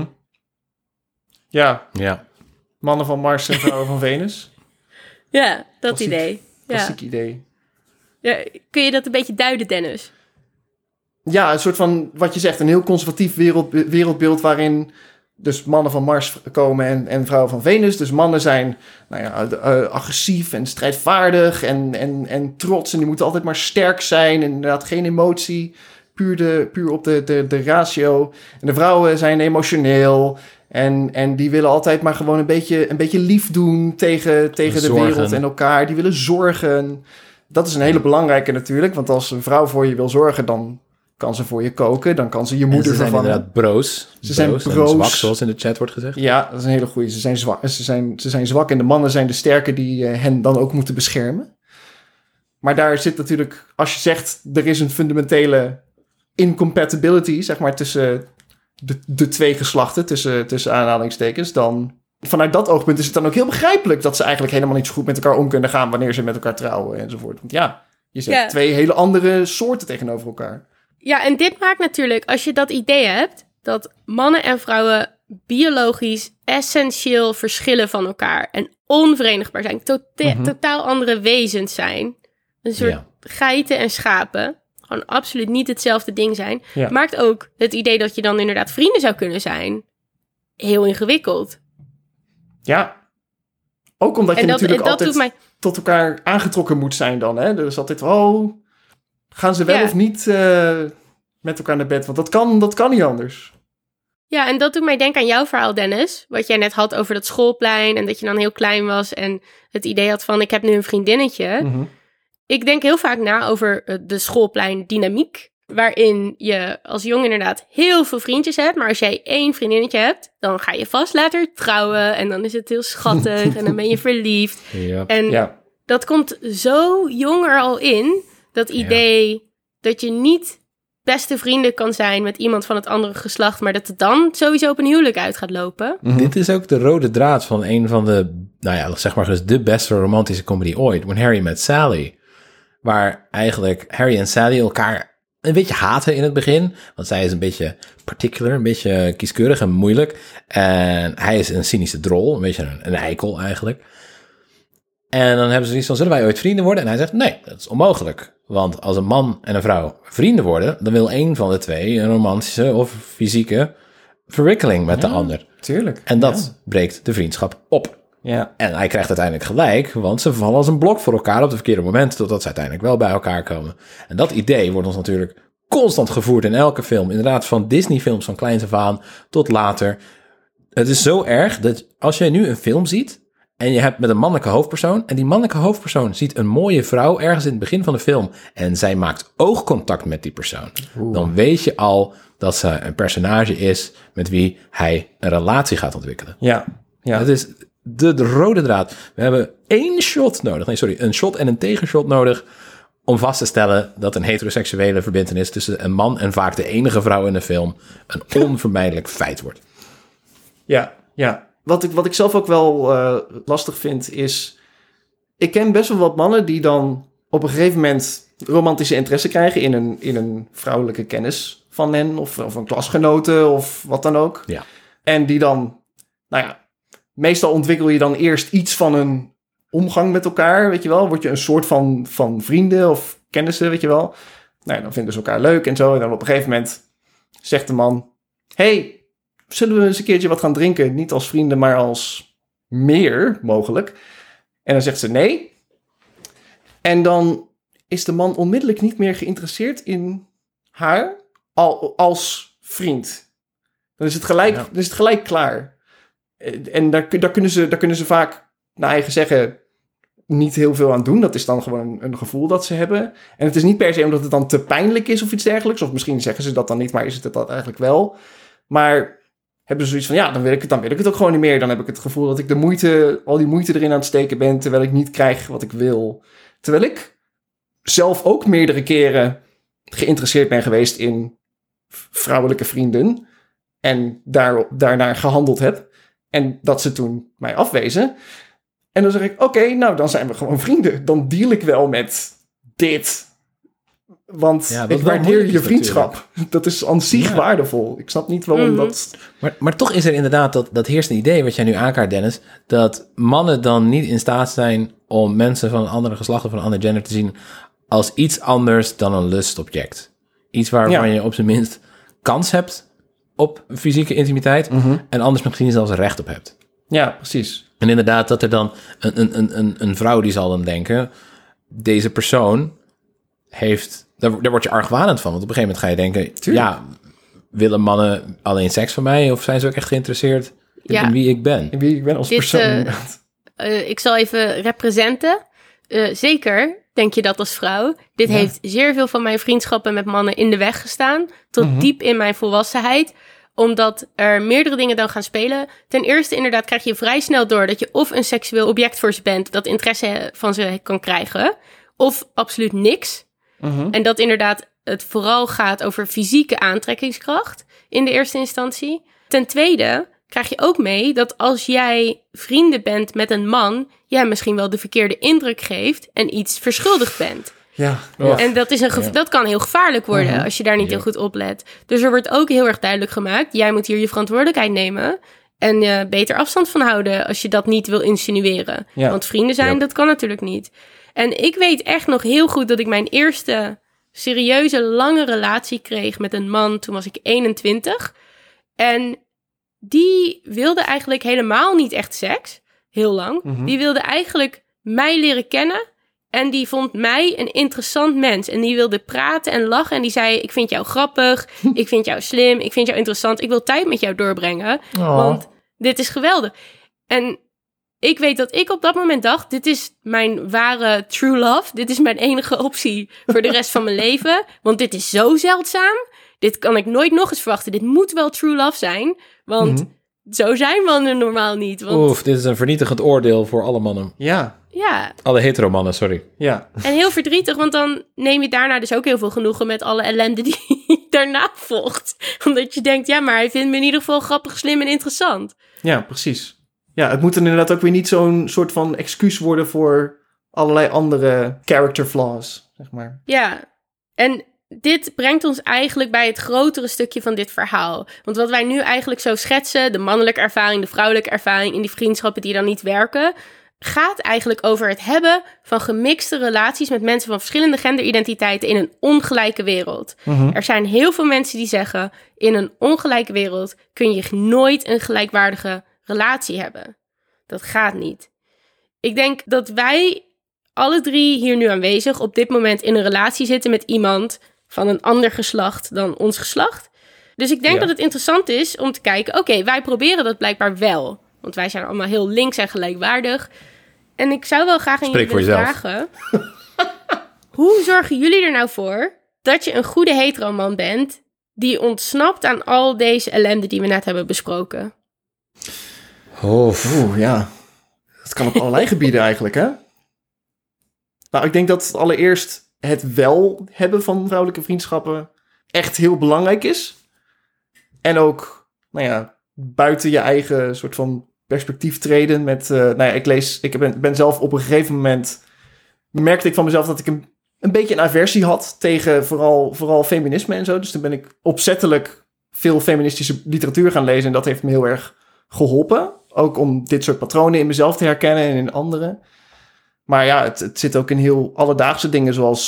Ja. Ja. Mannen van Mars en vrouwen van Venus. Ja, dat idee. Klassiek idee. Ja, kun je dat een beetje duiden, Dennis? Ja, een soort van, wat je zegt, een heel conservatief wereldbeeld waarin dus mannen van Mars komen en vrouwen van Venus. Dus mannen zijn agressief en strijdvaardig en trots. En die moeten altijd maar sterk zijn. En inderdaad geen emotie. Puur op de ratio. En de vrouwen zijn emotioneel. En die willen altijd maar gewoon een beetje lief doen tegen de wereld en elkaar. Die willen zorgen. Dat is een hele belangrijke natuurlijk. Want als een vrouw voor je wil zorgen, dan kan ze voor je koken, dan kan ze je moeder vervangen. Ze zijn inderdaad broos. Ze zijn broos. En zwak, zoals in de chat wordt gezegd. Ja, dat is een hele goeie. Ze zijn zwak. Ze zijn zwak en de mannen zijn de sterke die hen dan ook moeten beschermen. Maar daar zit natuurlijk, als je zegt, er is een fundamentele incompatibility, zeg maar, tussen de twee geslachten, tussen aanhalingstekens, dan vanuit dat oogpunt is het dan ook heel begrijpelijk dat ze eigenlijk helemaal niet zo goed met elkaar om kunnen gaan wanneer ze met elkaar trouwen enzovoort. Want ja, je zet twee hele andere soorten tegenover elkaar. Ja, en dit maakt natuurlijk, als je dat idee hebt, dat mannen en vrouwen biologisch essentieel verschillen van elkaar en onverenigbaar zijn, totaal andere wezens zijn, een soort geiten en schapen, gewoon absoluut niet hetzelfde ding zijn, maakt ook het idee dat je dan inderdaad vrienden zou kunnen zijn heel ingewikkeld. Ja, ook omdat je natuurlijk altijd doet tot elkaar aangetrokken moet zijn dan. Hè? Dus altijd, gaan ze wel of niet met elkaar naar bed? Want dat kan niet anders. Ja, en dat doet mij denken aan jouw verhaal, Dennis. Wat jij net had over dat schoolplein en dat je dan heel klein was en het idee had van ik heb nu een vriendinnetje. Mm-hmm. Ik denk heel vaak na over de schoolpleindynamiek, waarin je als jongen inderdaad heel veel vriendjes hebt. Maar als jij 1 vriendinnetje hebt, dan ga je vast later trouwen en dan is het heel schattig en dan ben je verliefd. Ja. En dat komt zo jong er al in, dat idee dat je niet beste vrienden kan zijn met iemand van het andere geslacht, maar dat het dan sowieso op een huwelijk uit gaat lopen. Mm-hmm. Dit is ook de rode draad van een van de, zeg maar dus de beste romantische comedy ooit, When Harry Met Sally. Waar eigenlijk Harry en Sally elkaar een beetje haten in het begin. Want zij is een beetje particular, een beetje kieskeurig en moeilijk. En hij is een cynische drol, een beetje een eikel eigenlijk. En dan hebben ze zoiets van, zullen wij ooit vrienden worden? En hij zegt, nee, dat is onmogelijk. Want als een man en een vrouw vrienden worden, dan wil een van de twee een romantische of fysieke verwikkeling met de ander. Tuurlijk. En dat breekt de vriendschap op. Ja. En hij krijgt uiteindelijk gelijk, want ze vallen als een blok voor elkaar op de verkeerde moment, totdat ze uiteindelijk wel bij elkaar komen. En dat idee wordt ons natuurlijk constant gevoerd in elke film. Inderdaad, van Disney-films van kleins af aan tot later. Het is zo erg dat als jij nu een film ziet en je hebt met een mannelijke hoofdpersoon en die mannelijke hoofdpersoon ziet een mooie vrouw ergens in het begin van de film en zij maakt oogcontact met die persoon, dan weet je al dat ze een personage is met wie hij een relatie gaat ontwikkelen. Ja. Het is de rode draad. We hebben een shot en een tegenshot nodig om vast te stellen dat een heteroseksuele verbintenis tussen een man en vaak de enige vrouw in de film een onvermijdelijk feit wordt. Ja. Wat ik zelf ook wel lastig vind is, ik ken best wel wat mannen die dan op een gegeven moment romantische interesse krijgen in een vrouwelijke kennis van hen of een klasgenote of wat dan ook. Ja. En die dan, meestal ontwikkel je dan eerst iets van een omgang met elkaar, weet je wel. Word je een soort van vrienden of kennissen, weet je wel. Dan vinden ze elkaar leuk en zo. En dan op een gegeven moment zegt de man, hey, zullen we eens een keertje wat gaan drinken? Niet als vrienden, maar als meer mogelijk. En dan zegt ze nee. En dan is de man onmiddellijk niet meer geïnteresseerd in haar als vriend. Dan is het gelijk klaar. En daar kunnen ze vaak, naar eigen zeggen, niet heel veel aan doen. Dat is dan gewoon een gevoel dat ze hebben. En het is niet per se omdat het dan te pijnlijk is of iets dergelijks. Of misschien zeggen ze dat dan niet, maar is het dat eigenlijk wel. Maar hebben ze zoiets van, dan wil ik het ook gewoon niet meer. Dan heb ik het gevoel dat ik al die moeite erin aan het steken ben, terwijl ik niet krijg wat ik wil. Terwijl ik zelf ook meerdere keren geïnteresseerd ben geweest in vrouwelijke vrienden. En daarnaar gehandeld heb. En dat ze toen mij afwezen. En dan zeg ik, oké, dan zijn we gewoon vrienden. Dan deal ik wel met dit. Want ik waardeer je vriendschap. Natuurlijk. Dat is aan zich waardevol. Ik snap niet waarom dat... Maar toch is er inderdaad dat heersende idee wat jij nu aankaart, Dennis, dat mannen dan niet in staat zijn om mensen van een andere geslacht of van een ander gender te zien als iets anders dan een lustobject. Iets waarvan je op zijn minst kans hebt op fysieke intimiteit en anders misschien zelfs recht op hebt. Ja, precies. En inderdaad dat er dan een vrouw die zal dan denken, deze persoon heeft, daar word je argwanend van, want op een gegeven moment ga je denken, tuurlijk. Willen mannen alleen seks van mij of zijn ze ook echt geïnteresseerd in wie ik ben? In wie ik ben als persoon. Ik zal even representen. Zeker denk je dat als vrouw. Dit heeft zeer veel van mijn vriendschappen met mannen in de weg gestaan. Tot diep in mijn volwassenheid. Omdat er meerdere dingen dan gaan spelen. Ten eerste inderdaad krijg je vrij snel door dat je of een seksueel object voor ze bent, dat interesse van ze kan krijgen, of absoluut niks. En dat inderdaad het vooral gaat over fysieke aantrekkingskracht in de eerste instantie. Ten tweede krijg je ook mee dat als jij vrienden bent met een man, jij misschien wel de verkeerde indruk geeft en iets verschuldigd bent. Ja. Oh. En dat kan heel gevaarlijk worden als je daar niet heel goed op let. Dus er wordt ook heel erg duidelijk gemaakt, jij moet hier je verantwoordelijkheid nemen en beter afstand van houden als je dat niet wil insinueren. Ja. Want vrienden zijn, dat kan natuurlijk niet. En ik weet echt nog heel goed dat ik mijn eerste serieuze, lange relatie kreeg met een man. Toen was ik 21. En die wilde eigenlijk helemaal niet echt seks. Heel lang. Die wilde eigenlijk mij leren kennen. En die vond mij een interessant mens. En die wilde praten en lachen. En die zei, ik vind jou grappig. Ik vind jou slim. Ik vind jou interessant. Ik wil tijd met jou doorbrengen. Want dit is geweldig. En ik weet dat ik op dat moment dacht, dit is mijn ware true love. Dit is mijn enige optie voor de rest van mijn leven. Want dit is zo zeldzaam. Dit kan ik nooit nog eens verwachten. Dit moet wel true love zijn. Want zo zijn mannen normaal niet. Want... Dit is een vernietigend oordeel voor alle mannen. Ja. Alle hetero-mannen, sorry. Ja. En heel verdrietig, want dan neem je daarna dus ook heel veel genoegen met alle ellende die daarna volgt. Omdat je denkt, ja, maar hij vindt me in ieder geval grappig, slim en interessant. Ja, precies. Ja, het moet dan inderdaad ook weer niet zo'n soort van excuus worden voor allerlei andere character flaws, zeg maar. Ja, en dit brengt ons eigenlijk bij het grotere stukje van dit verhaal. Want wat wij nu eigenlijk zo schetsen, de mannelijke ervaring, de vrouwelijke ervaring in die vriendschappen die dan niet werken, gaat eigenlijk over het hebben van gemixte relaties met mensen van verschillende genderidentiteiten in een ongelijke wereld. Er zijn heel veel mensen die zeggen, in een ongelijke wereld kun je nooit een gelijkwaardige relatie hebben. Dat gaat niet. Ik denk dat wij alle drie hier nu aanwezig op dit moment in een relatie zitten met iemand van een ander geslacht dan ons geslacht. Dus ik denk dat het interessant is om te kijken, oké, wij proberen dat blijkbaar wel. Want wij zijn allemaal heel links en gelijkwaardig. En ik zou wel graag aan jullie willen vragen, hoe zorgen jullie er nou voor dat je een goede hetero-man bent die ontsnapt aan al deze ellende die we net hebben besproken? Ja. Dat kan op allerlei gebieden eigenlijk, hè? Nou, ik denk dat allereerst het wel hebben van vrouwelijke vriendschappen echt heel belangrijk is. En ook, buiten je eigen soort van perspectief treden met... ik ben zelf op een gegeven moment... merkte ik van mezelf dat ik een beetje een aversie had tegen vooral feminisme en zo. Dus toen ben ik opzettelijk veel feministische literatuur gaan lezen. En dat heeft me heel erg geholpen. Ook om dit soort patronen in mezelf te herkennen en in anderen. Maar ja, het zit ook in heel alledaagse dingen, zoals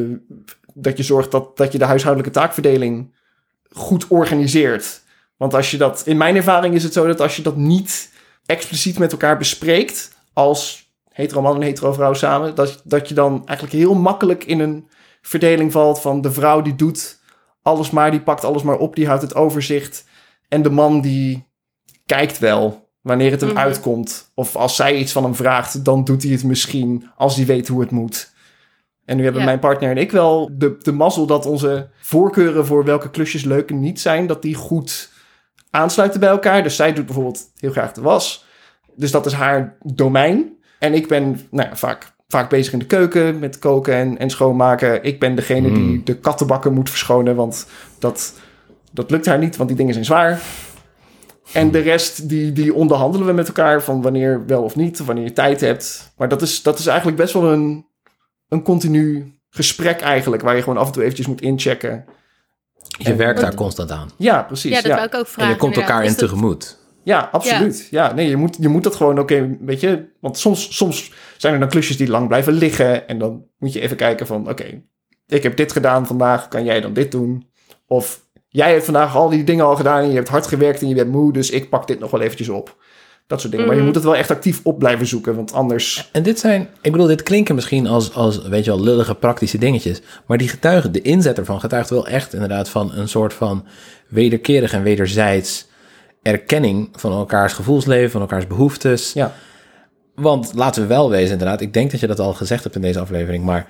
dat je zorgt dat je de huishoudelijke taakverdeling goed organiseert. Want als je dat, in mijn ervaring is het zo dat als je dat niet expliciet met elkaar bespreekt, als hetero man en hetero vrouw samen, dat je dan eigenlijk heel makkelijk in een verdeling valt van de vrouw die doet alles maar, die pakt alles maar op, die houdt het overzicht. En de man die kijkt wel wanneer het hem uitkomt. Of als zij iets van hem vraagt, dan doet hij het misschien als hij weet hoe het moet. En nu hebben mijn partner en ik wel de mazzel dat onze voorkeuren voor welke klusjes leuk en niet zijn, dat die goed aansluiten bij elkaar. Dus zij doet bijvoorbeeld heel graag de was. Dus dat is haar domein. En ik ben vaak bezig in de keuken met koken en schoonmaken. Ik ben degene die de kattenbakken moet verschonen, want dat lukt haar niet, want die dingen zijn zwaar. En de rest, die onderhandelen we met elkaar van wanneer wel of niet, of wanneer je tijd hebt. Maar dat is eigenlijk best wel een continu gesprek eigenlijk, waar je gewoon af en toe eventjes moet inchecken. Je werkt daar constant aan. Ja, precies. Ja, dat wou ik ook vragen. En je komt elkaar in tegemoet. Ja, absoluut. Ja, nee, je moet dat gewoon weet je, want soms zijn er dan klusjes die lang blijven liggen en dan moet je even kijken van, oké, ik heb dit gedaan vandaag, kan jij dan dit doen? Of jij hebt vandaag al die dingen al gedaan en je hebt hard gewerkt en je bent moe, dus ik pak dit nog wel eventjes op. Dat soort dingen. Maar je moet het wel echt actief op blijven zoeken, want anders... En dit klinken misschien als weet je wel, lullige praktische dingetjes. Maar de inzet ervan getuigt wel echt inderdaad van een soort van wederkerig en wederzijds erkenning van elkaars gevoelsleven, van elkaars behoeftes. Ja. Want laten we wel wezen inderdaad, ik denk dat je dat al gezegd hebt in deze aflevering, maar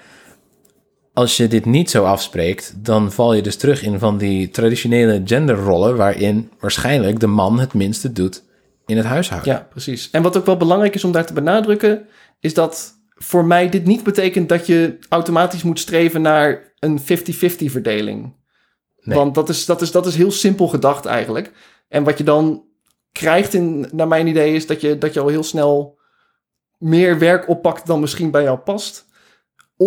als je dit niet zo afspreekt, dan val je dus terug in van die traditionele genderrollen waarin waarschijnlijk de man het minste doet in het huishouden. Ja, precies. En wat ook wel belangrijk is om daar te benadrukken, is dat voor mij dit niet betekent dat je automatisch moet streven naar een 50-50 verdeling. Nee. Want dat is heel simpel gedacht eigenlijk. En wat je dan krijgt, naar mijn idee, is dat je al heel snel meer werk oppakt dan misschien bij jou past. Of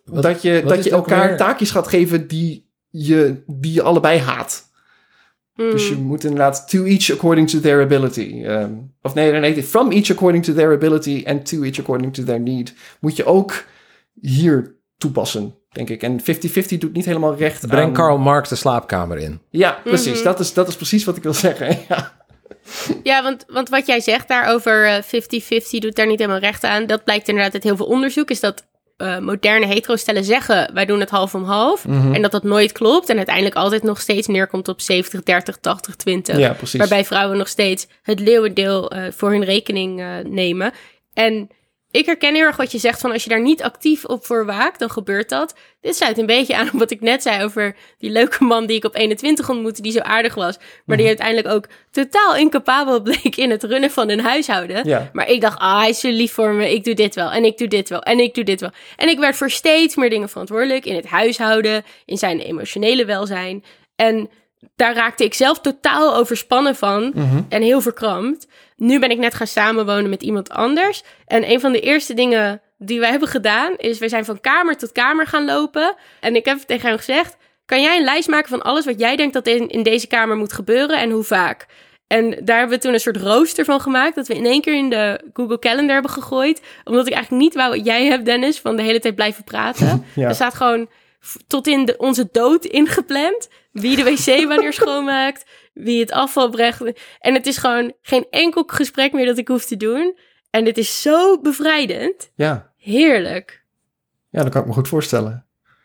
dat je elkaar taakjes gaat geven die je allebei haat. Dus je moet inderdaad to each according to their ability. From each according to their ability and to each according to their need. Moet je ook hier toepassen, denk ik. En 50-50 doet niet helemaal recht aan... Breng Karl Marx de slaapkamer in. Ja, precies. Dat is precies wat ik wil zeggen. Ja, want wat jij zegt daarover 50-50 doet daar niet helemaal recht aan. Dat blijkt inderdaad uit heel veel onderzoek. Is dat moderne hetero-stellen zeggen, wij doen het half om half. En dat nooit klopt. En uiteindelijk altijd nog steeds neerkomt op 70-30, 80-20. Ja, precies. Waarbij vrouwen nog steeds het leeuwendeel voor hun rekening nemen. En ik herken heel erg wat je zegt van als je daar niet actief op voor waakt, dan gebeurt dat. Dit sluit een beetje aan op wat ik net zei over die leuke man die ik op 21 ontmoette, die zo aardig was. Maar die uiteindelijk ook totaal incapabel bleek in het runnen van een huishouden. Ja. Maar ik dacht, hij is zo lief voor me, ik doe dit wel en ik doe dit wel en ik doe dit wel. En ik werd voor steeds meer dingen verantwoordelijk in het huishouden, in zijn emotionele welzijn. En daar raakte ik zelf totaal overspannen van en heel verkrampt. Nu ben ik net gaan samenwonen met iemand anders. En een van de eerste dingen die wij hebben gedaan is, we zijn van kamer tot kamer gaan lopen. En ik heb tegen hem gezegd, kan jij een lijst maken van alles wat jij denkt dat in deze kamer moet gebeuren en hoe vaak? En daar hebben we toen een soort rooster van gemaakt, dat we in één keer in de Google Calendar hebben gegooid. Omdat ik eigenlijk niet wou wat jij hebt, Dennis, van de hele tijd blijven praten. Ja. Er staat gewoon tot in onze dood ingepland. Wie de wc wanneer schoonmaakt, wie het afval brengt. En het is gewoon geen enkel gesprek meer dat ik hoef te doen. En dit is zo bevrijdend. Ja. Heerlijk. Ja, dat kan ik me goed voorstellen.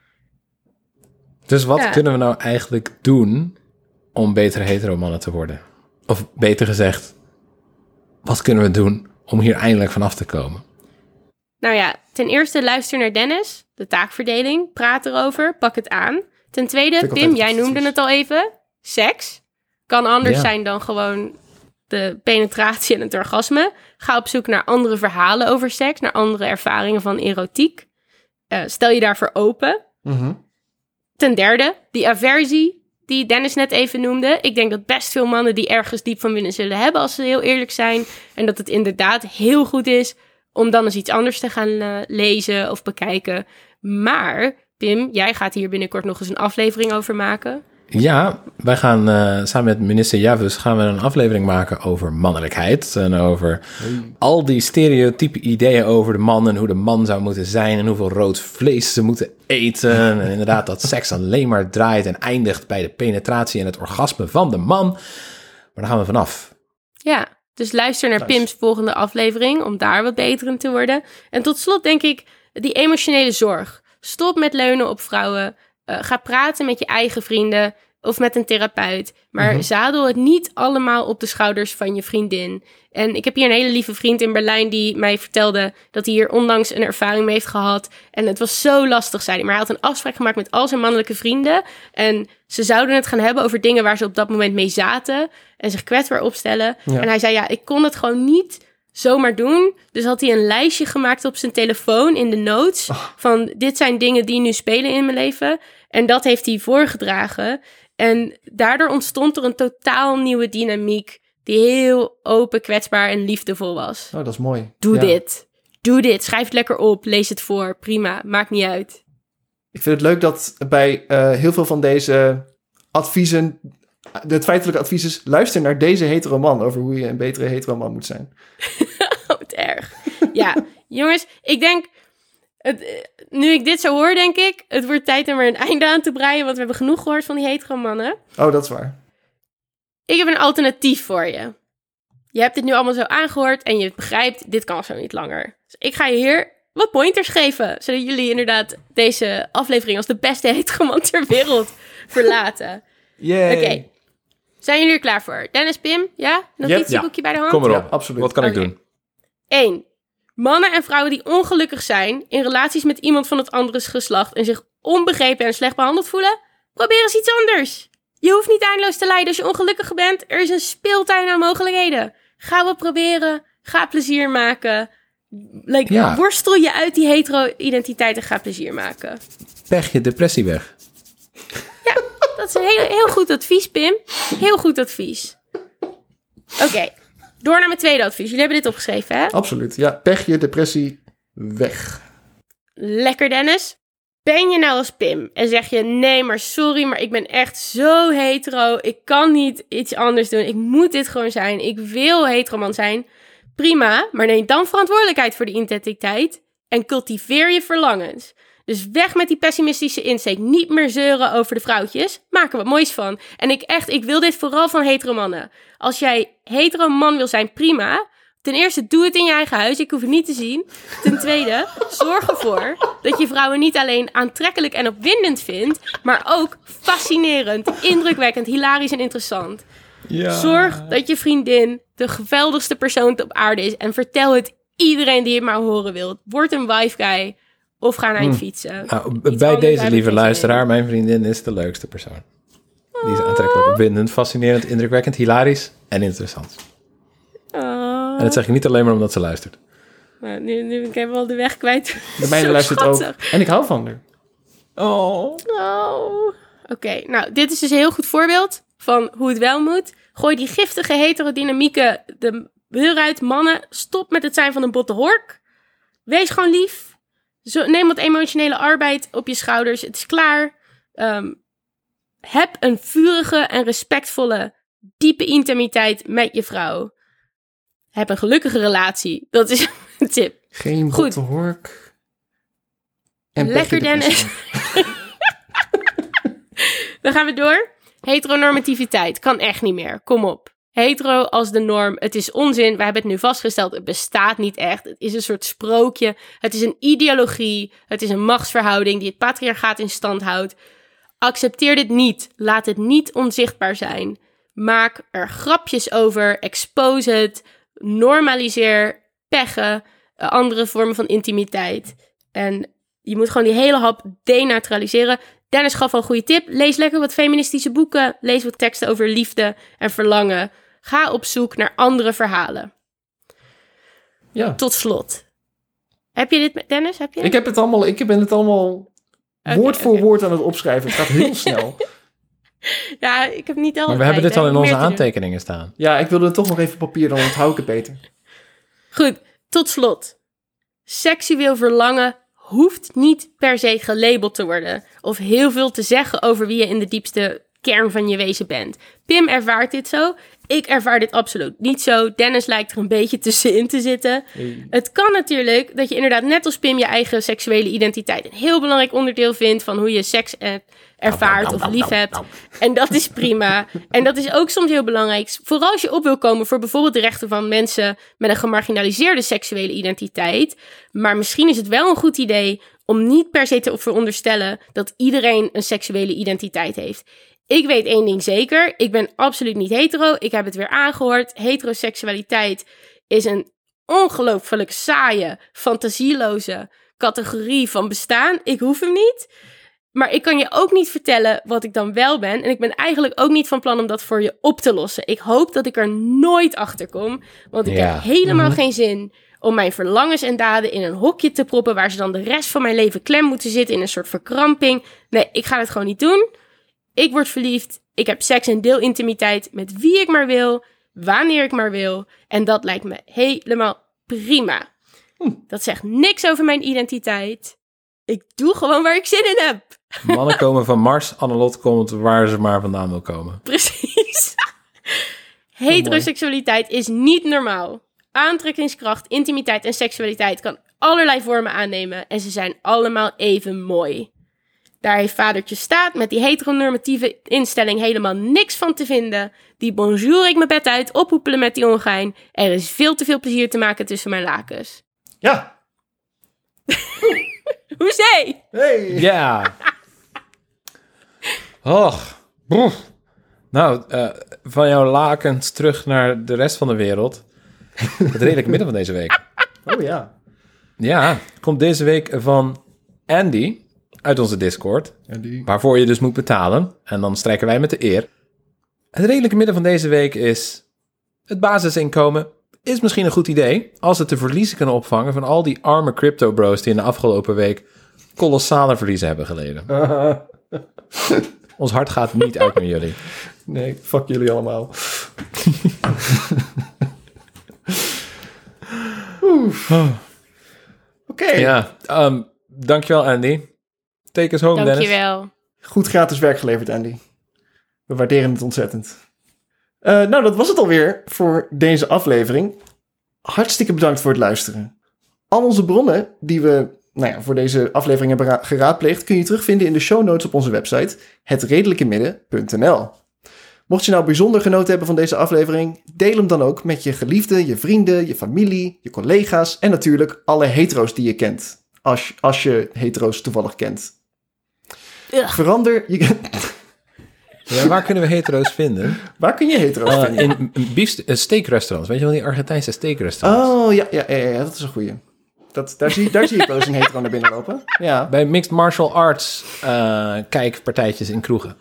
Dus wat kunnen we nou eigenlijk doen om betere heteromannen te worden? Of beter gezegd, wat kunnen we doen om hier eindelijk vanaf te komen? Nou ja, ten eerste luister naar Dennis. De taakverdeling. Praat erover. Pak het aan. Ten tweede, Pim, jij noemde het al even. Seks. Kan anders zijn dan gewoon de penetratie en het orgasme. Ga op zoek naar andere verhalen over seks. Naar andere ervaringen van erotiek. Stel je daarvoor open. Ten derde, die aversie die Dennis net even noemde. Ik denk dat best veel mannen die ergens diep van binnen zullen hebben als ze heel eerlijk zijn. En dat het inderdaad heel goed is om dan eens iets anders te gaan lezen of bekijken. Maar, Pim, jij gaat hier binnenkort nog eens een aflevering over maken. Ja, wij gaan samen met minister Javus gaan we een aflevering maken over mannelijkheid. En over al die stereotype ideeën over de man en hoe de man zou moeten zijn. En hoeveel rood vlees ze moeten eten. En inderdaad dat seks alleen maar draait en eindigt bij de penetratie en het orgasme van de man. Maar daar gaan we vanaf. Ja, dus luister naar Pim's volgende aflevering om daar wat beter in te worden. En tot slot denk ik, die emotionele zorg. Stop met leunen op vrouwen. Ga praten met je eigen vrienden of met een therapeut. Maar zadel het niet allemaal op de schouders van je vriendin. En ik heb hier een hele lieve vriend in Berlijn die mij vertelde dat hij hier onlangs een ervaring mee heeft gehad. En het was zo lastig, zei hij. Maar hij had een afspraak gemaakt met al zijn mannelijke vrienden. En ze zouden het gaan hebben over dingen waar ze op dat moment mee zaten. En zich kwetsbaar opstellen. Ja. En hij zei, ja, ik kon het gewoon niet zomaar doen. Dus had hij een lijstje gemaakt op zijn telefoon in de notes. Van dit zijn dingen die nu spelen in mijn leven. En dat heeft hij voorgedragen. En daardoor ontstond er een totaal nieuwe dynamiek die heel open, kwetsbaar en liefdevol was. Oh, dat is mooi. Doe dit. Doe dit. Schrijf het lekker op. Lees het voor. Prima. Maakt niet uit. Ik vind het leuk dat bij heel veel van deze adviezen, de feitelijke advies is, luister naar deze heteroman over hoe je een betere heteroman moet zijn. Wat erg. Ja, jongens, ik denk, nu ik dit zo hoor, denk ik, het wordt tijd om er een einde aan te breien, want we hebben genoeg gehoord van die heteromannen. Oh, dat is waar. Ik heb een alternatief voor je. Je hebt dit nu allemaal zo aangehoord en je begrijpt, dit kan zo niet langer. Dus ik ga je hier wat pointers geven, zodat jullie inderdaad deze aflevering als de beste heteroman ter wereld verlaten. Oké. Zijn jullie er klaar voor? Dennis, Pim, ja? Notitieboekje bij de hand? Kom erop. Ja, absoluut. Wat kan ik doen? 1. Mannen en vrouwen die ongelukkig zijn in relaties met iemand van het andere geslacht en zich onbegrepen en slecht behandeld voelen, probeer eens iets anders. Je hoeft niet eindeloos te lijden als je ongelukkig bent. Er is een speeltuin aan mogelijkheden. Ga wat proberen. Ga plezier maken. Worstel je uit die hetero-identiteit en ga plezier maken. Pech je depressie weg. Ja, dat is een heel goed advies, Pim. Heel goed advies. Oké, door naar mijn tweede advies. Jullie hebben dit opgeschreven, hè? Absoluut, ja. Pech je depressie weg. Lekker, Dennis. Ben je nou als Pim en zeg je, nee, maar sorry, maar ik ben echt zo hetero. Ik kan niet iets anders doen. Ik moet dit gewoon zijn. Ik wil heteroman zijn. Prima, maar neem dan verantwoordelijkheid voor de identiteit en cultiveer je verlangens. Dus weg met die pessimistische insteek. Niet meer zeuren over de vrouwtjes. Maak er wat moois van. En ik wil dit vooral van hetero mannen. Als jij hetero man wil zijn, prima. Ten eerste, doe het in je eigen huis. Ik hoef het niet te zien. Ten tweede, zorg ervoor dat je vrouwen niet alleen aantrekkelijk en opwindend vindt, maar ook fascinerend, indrukwekkend, hilarisch en interessant. Ja. Zorg dat je vriendin de geweldigste persoon op aarde is en vertel het iedereen die het maar horen wil. Word een wife guy of ga naar het fietsen. Nou, bij deze lieve luisteraar, mijn vriendin is de leukste persoon. Die is aantrekkelijk, opwindend, fascinerend, indrukwekkend, hilarisch en interessant. En dat zeg ik niet alleen maar omdat ze luistert. Nou, nu ik heb wel de weg kwijt. De mijne luistert ook. En ik hou van haar. Oké, nou, dit is dus een heel goed voorbeeld van hoe het wel moet. Gooi die giftige heterodynamieken de deur uit. Mannen, stop met het zijn van een botte hork. Wees gewoon lief. Neem wat emotionele arbeid op je schouders. Het is klaar. Heb een vurige en respectvolle, diepe intimiteit met je vrouw. Heb een gelukkige relatie. Dat is een tip. Geen botte hork. En lekker, Dennis. Dan gaan we door. Heteronormativiteit kan echt niet meer. Kom op. Hetero als de norm. Het is onzin. We hebben het nu vastgesteld. Het bestaat niet echt. Het is een soort sprookje. Het is een ideologie. Het is een machtsverhouding die het patriarchaat in stand houdt. Accepteer dit niet. Laat het niet onzichtbaar zijn. Maak er grapjes over. Expose het. Normaliseer peggen. Andere vormen van intimiteit. En je moet gewoon die hele hap denaturaliseren. Dennis gaf al een goede tip. Lees lekker wat feministische boeken. Lees wat teksten over liefde en verlangen. Ga op zoek naar andere verhalen. Ja. Tot slot. Heb je dit, Dennis? Heb je? Ik ben het allemaal woord voor woord aan het opschrijven. Het gaat heel snel. Ja, ik heb niet al. Maar we hebben dit al in onze aantekeningen staan. Ja, ik wilde het toch nog even op papier, dan onthoud ik het beter. Goed, tot slot. Seksueel verlangen hoeft niet per se gelabeld te worden. Of heel veel te zeggen over wie je in de diepste kern van je wezen bent. Pim ervaart dit zo. Ik ervaar dit absoluut niet zo. Dennis lijkt er een beetje tussenin te zitten. Hey. Het kan natuurlijk dat je inderdaad net als Pim je eigen seksuele identiteit een heel belangrijk onderdeel vindt van hoe je seks ervaart of lief hebt. En dat is prima. En dat is ook soms heel belangrijk. Vooral als je op wil komen voor bijvoorbeeld de rechten van mensen met een gemarginaliseerde seksuele identiteit. Maar misschien is het wel een goed idee om niet per se te veronderstellen dat iedereen een seksuele identiteit heeft. Ik weet één ding zeker. Ik ben absoluut niet hetero. Ik heb het weer aangehoord. Heteroseksualiteit is een ongelooflijk saaie, fantasieloze categorie van bestaan. Ik hoef hem niet. Maar ik kan je ook niet vertellen wat ik dan wel ben. En ik ben eigenlijk ook niet van plan om dat voor je op te lossen. Ik hoop dat ik er nooit achter kom. Want ik heb helemaal geen zin om mijn verlangens en daden in een hokje te proppen waar ze dan de rest van mijn leven klem moeten zitten in een soort verkramping. Nee, ik ga het gewoon niet doen. Ik word verliefd. Ik heb seks en deel intimiteit met wie ik maar wil, wanneer ik maar wil. En dat lijkt me helemaal prima. Dat zegt niks over mijn identiteit. Ik doe gewoon waar ik zin in heb. Mannen komen van Mars, Annelot komt waar ze maar vandaan wil komen. Precies. Heteroseksualiteit is niet normaal. Aantrekkingskracht, intimiteit en seksualiteit kan allerlei vormen aannemen. En ze zijn allemaal even mooi. Daar heeft vadertje Staat met die heteronormatieve instelling helemaal niks van te vinden. Die bonjour ik mijn bed uit, ophoepelen met die ongein. Er is veel te veel plezier te maken tussen mijn lakens. Ja. Hoezee! Hey. Ja. Och. Nou, van jouw lakens terug naar de rest van de wereld. Het redelijke midden van deze week. Oh ja. Ja, komt deze week van Andy uit onze Discord. Waarvoor je dus moet betalen. En dan strijken wij met de eer. Het redelijke midden van deze week is het basisinkomen. Is misschien een goed idee als het de verliezen kunnen opvangen van al die arme crypto bros die in de afgelopen week kolossale verliezen hebben geleden. Ons hart gaat niet uit naar jullie. Nee, fuck jullie allemaal. Oké. Ja, dankjewel Andy. Take us home, Dennis. Dankjewel. Goed gratis werk geleverd, Andy. We waarderen het ontzettend. Nou, dat was het alweer voor deze aflevering. Hartstikke bedankt voor het luisteren. Al onze bronnen die we voor deze aflevering hebben geraadpleegd, kun je terugvinden in de show notes op onze website, hetredelijkemidden.nl. Mocht je nou bijzonder genoten hebben van deze aflevering, deel hem dan ook met je geliefden, je vrienden, je familie, je collega's en natuurlijk alle hetero's die je kent. Als je hetero's toevallig kent. Ugh. Verander je... Ja, waar kunnen we hetero's vinden? Waar kun je hetero's vinden? In steakrestaurants. Weet je wel, die Argentijnse steakrestaurants? Oh, ja, dat is een goeie. Daar zie ik wel eens een hetero naar binnen lopen. Ja. Bij mixed martial arts kijkpartijtjes in kroegen.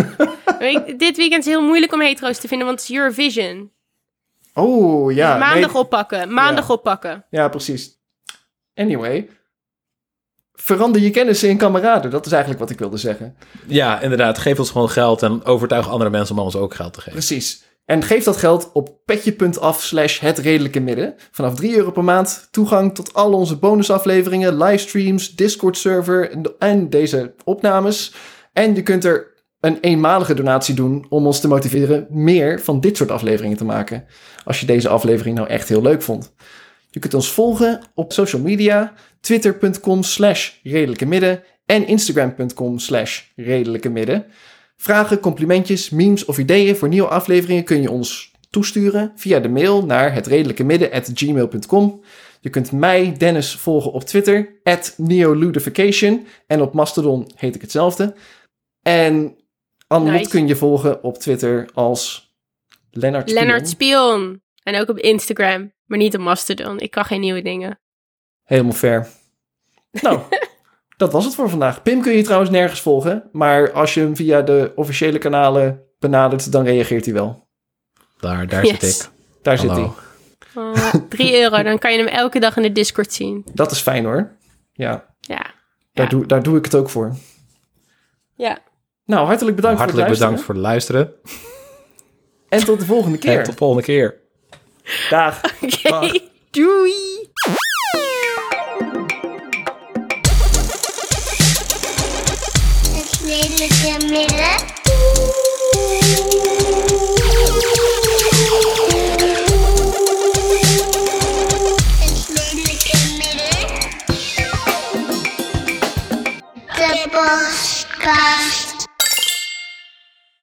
Dit weekend is heel moeilijk om hetero's te vinden, want het is Eurovision. Oh, ja. Maandag oppakken. Ja, precies. Anyway. Verander je kennissen in kameraden. Dat is eigenlijk wat ik wilde zeggen. Ja, inderdaad. Geef ons gewoon geld en overtuig andere mensen om ons ook geld te geven. Precies. En geef dat geld op petje.af/hetredelijkemidden. Vanaf €3 per maand toegang tot al onze bonusafleveringen, livestreams, Discord-server en deze opnames. En je kunt er een eenmalige donatie doen om ons te motiveren meer van dit soort afleveringen te maken. Als je deze aflevering nou echt heel leuk vond. Je kunt ons volgen op social media, twitter.com/redelijkemidden en instagram.com/redelijkemidden. Vragen, complimentjes, memes of ideeën voor nieuwe afleveringen kun je ons toesturen via de mail naar hetredelijkemidden@gmail.com. Je kunt mij, Dennis, volgen op Twitter, @neoludification. En op Mastodon heet ik hetzelfde. En Annemot kun je volgen op Twitter als Lennart Spion. En ook op Instagram, maar niet op Mastodon. Ik kan geen nieuwe dingen. Helemaal fair. Nou, dat was het voor vandaag. Pim kun je trouwens nergens volgen. Maar als je hem via de officiële kanalen benadert, dan reageert hij wel. Daar zit ik. Daar zit hij. €3, dan kan je hem elke dag in de Discord zien. Dat is fijn hoor. Ja. Daar doe ik het ook voor. Ja. Nou, hartelijk bedankt voor het luisteren. Bedankt voor het luisteren. En tot de volgende keer. En tot de volgende keer. Dag. Oké, doei. Het redelijke midden.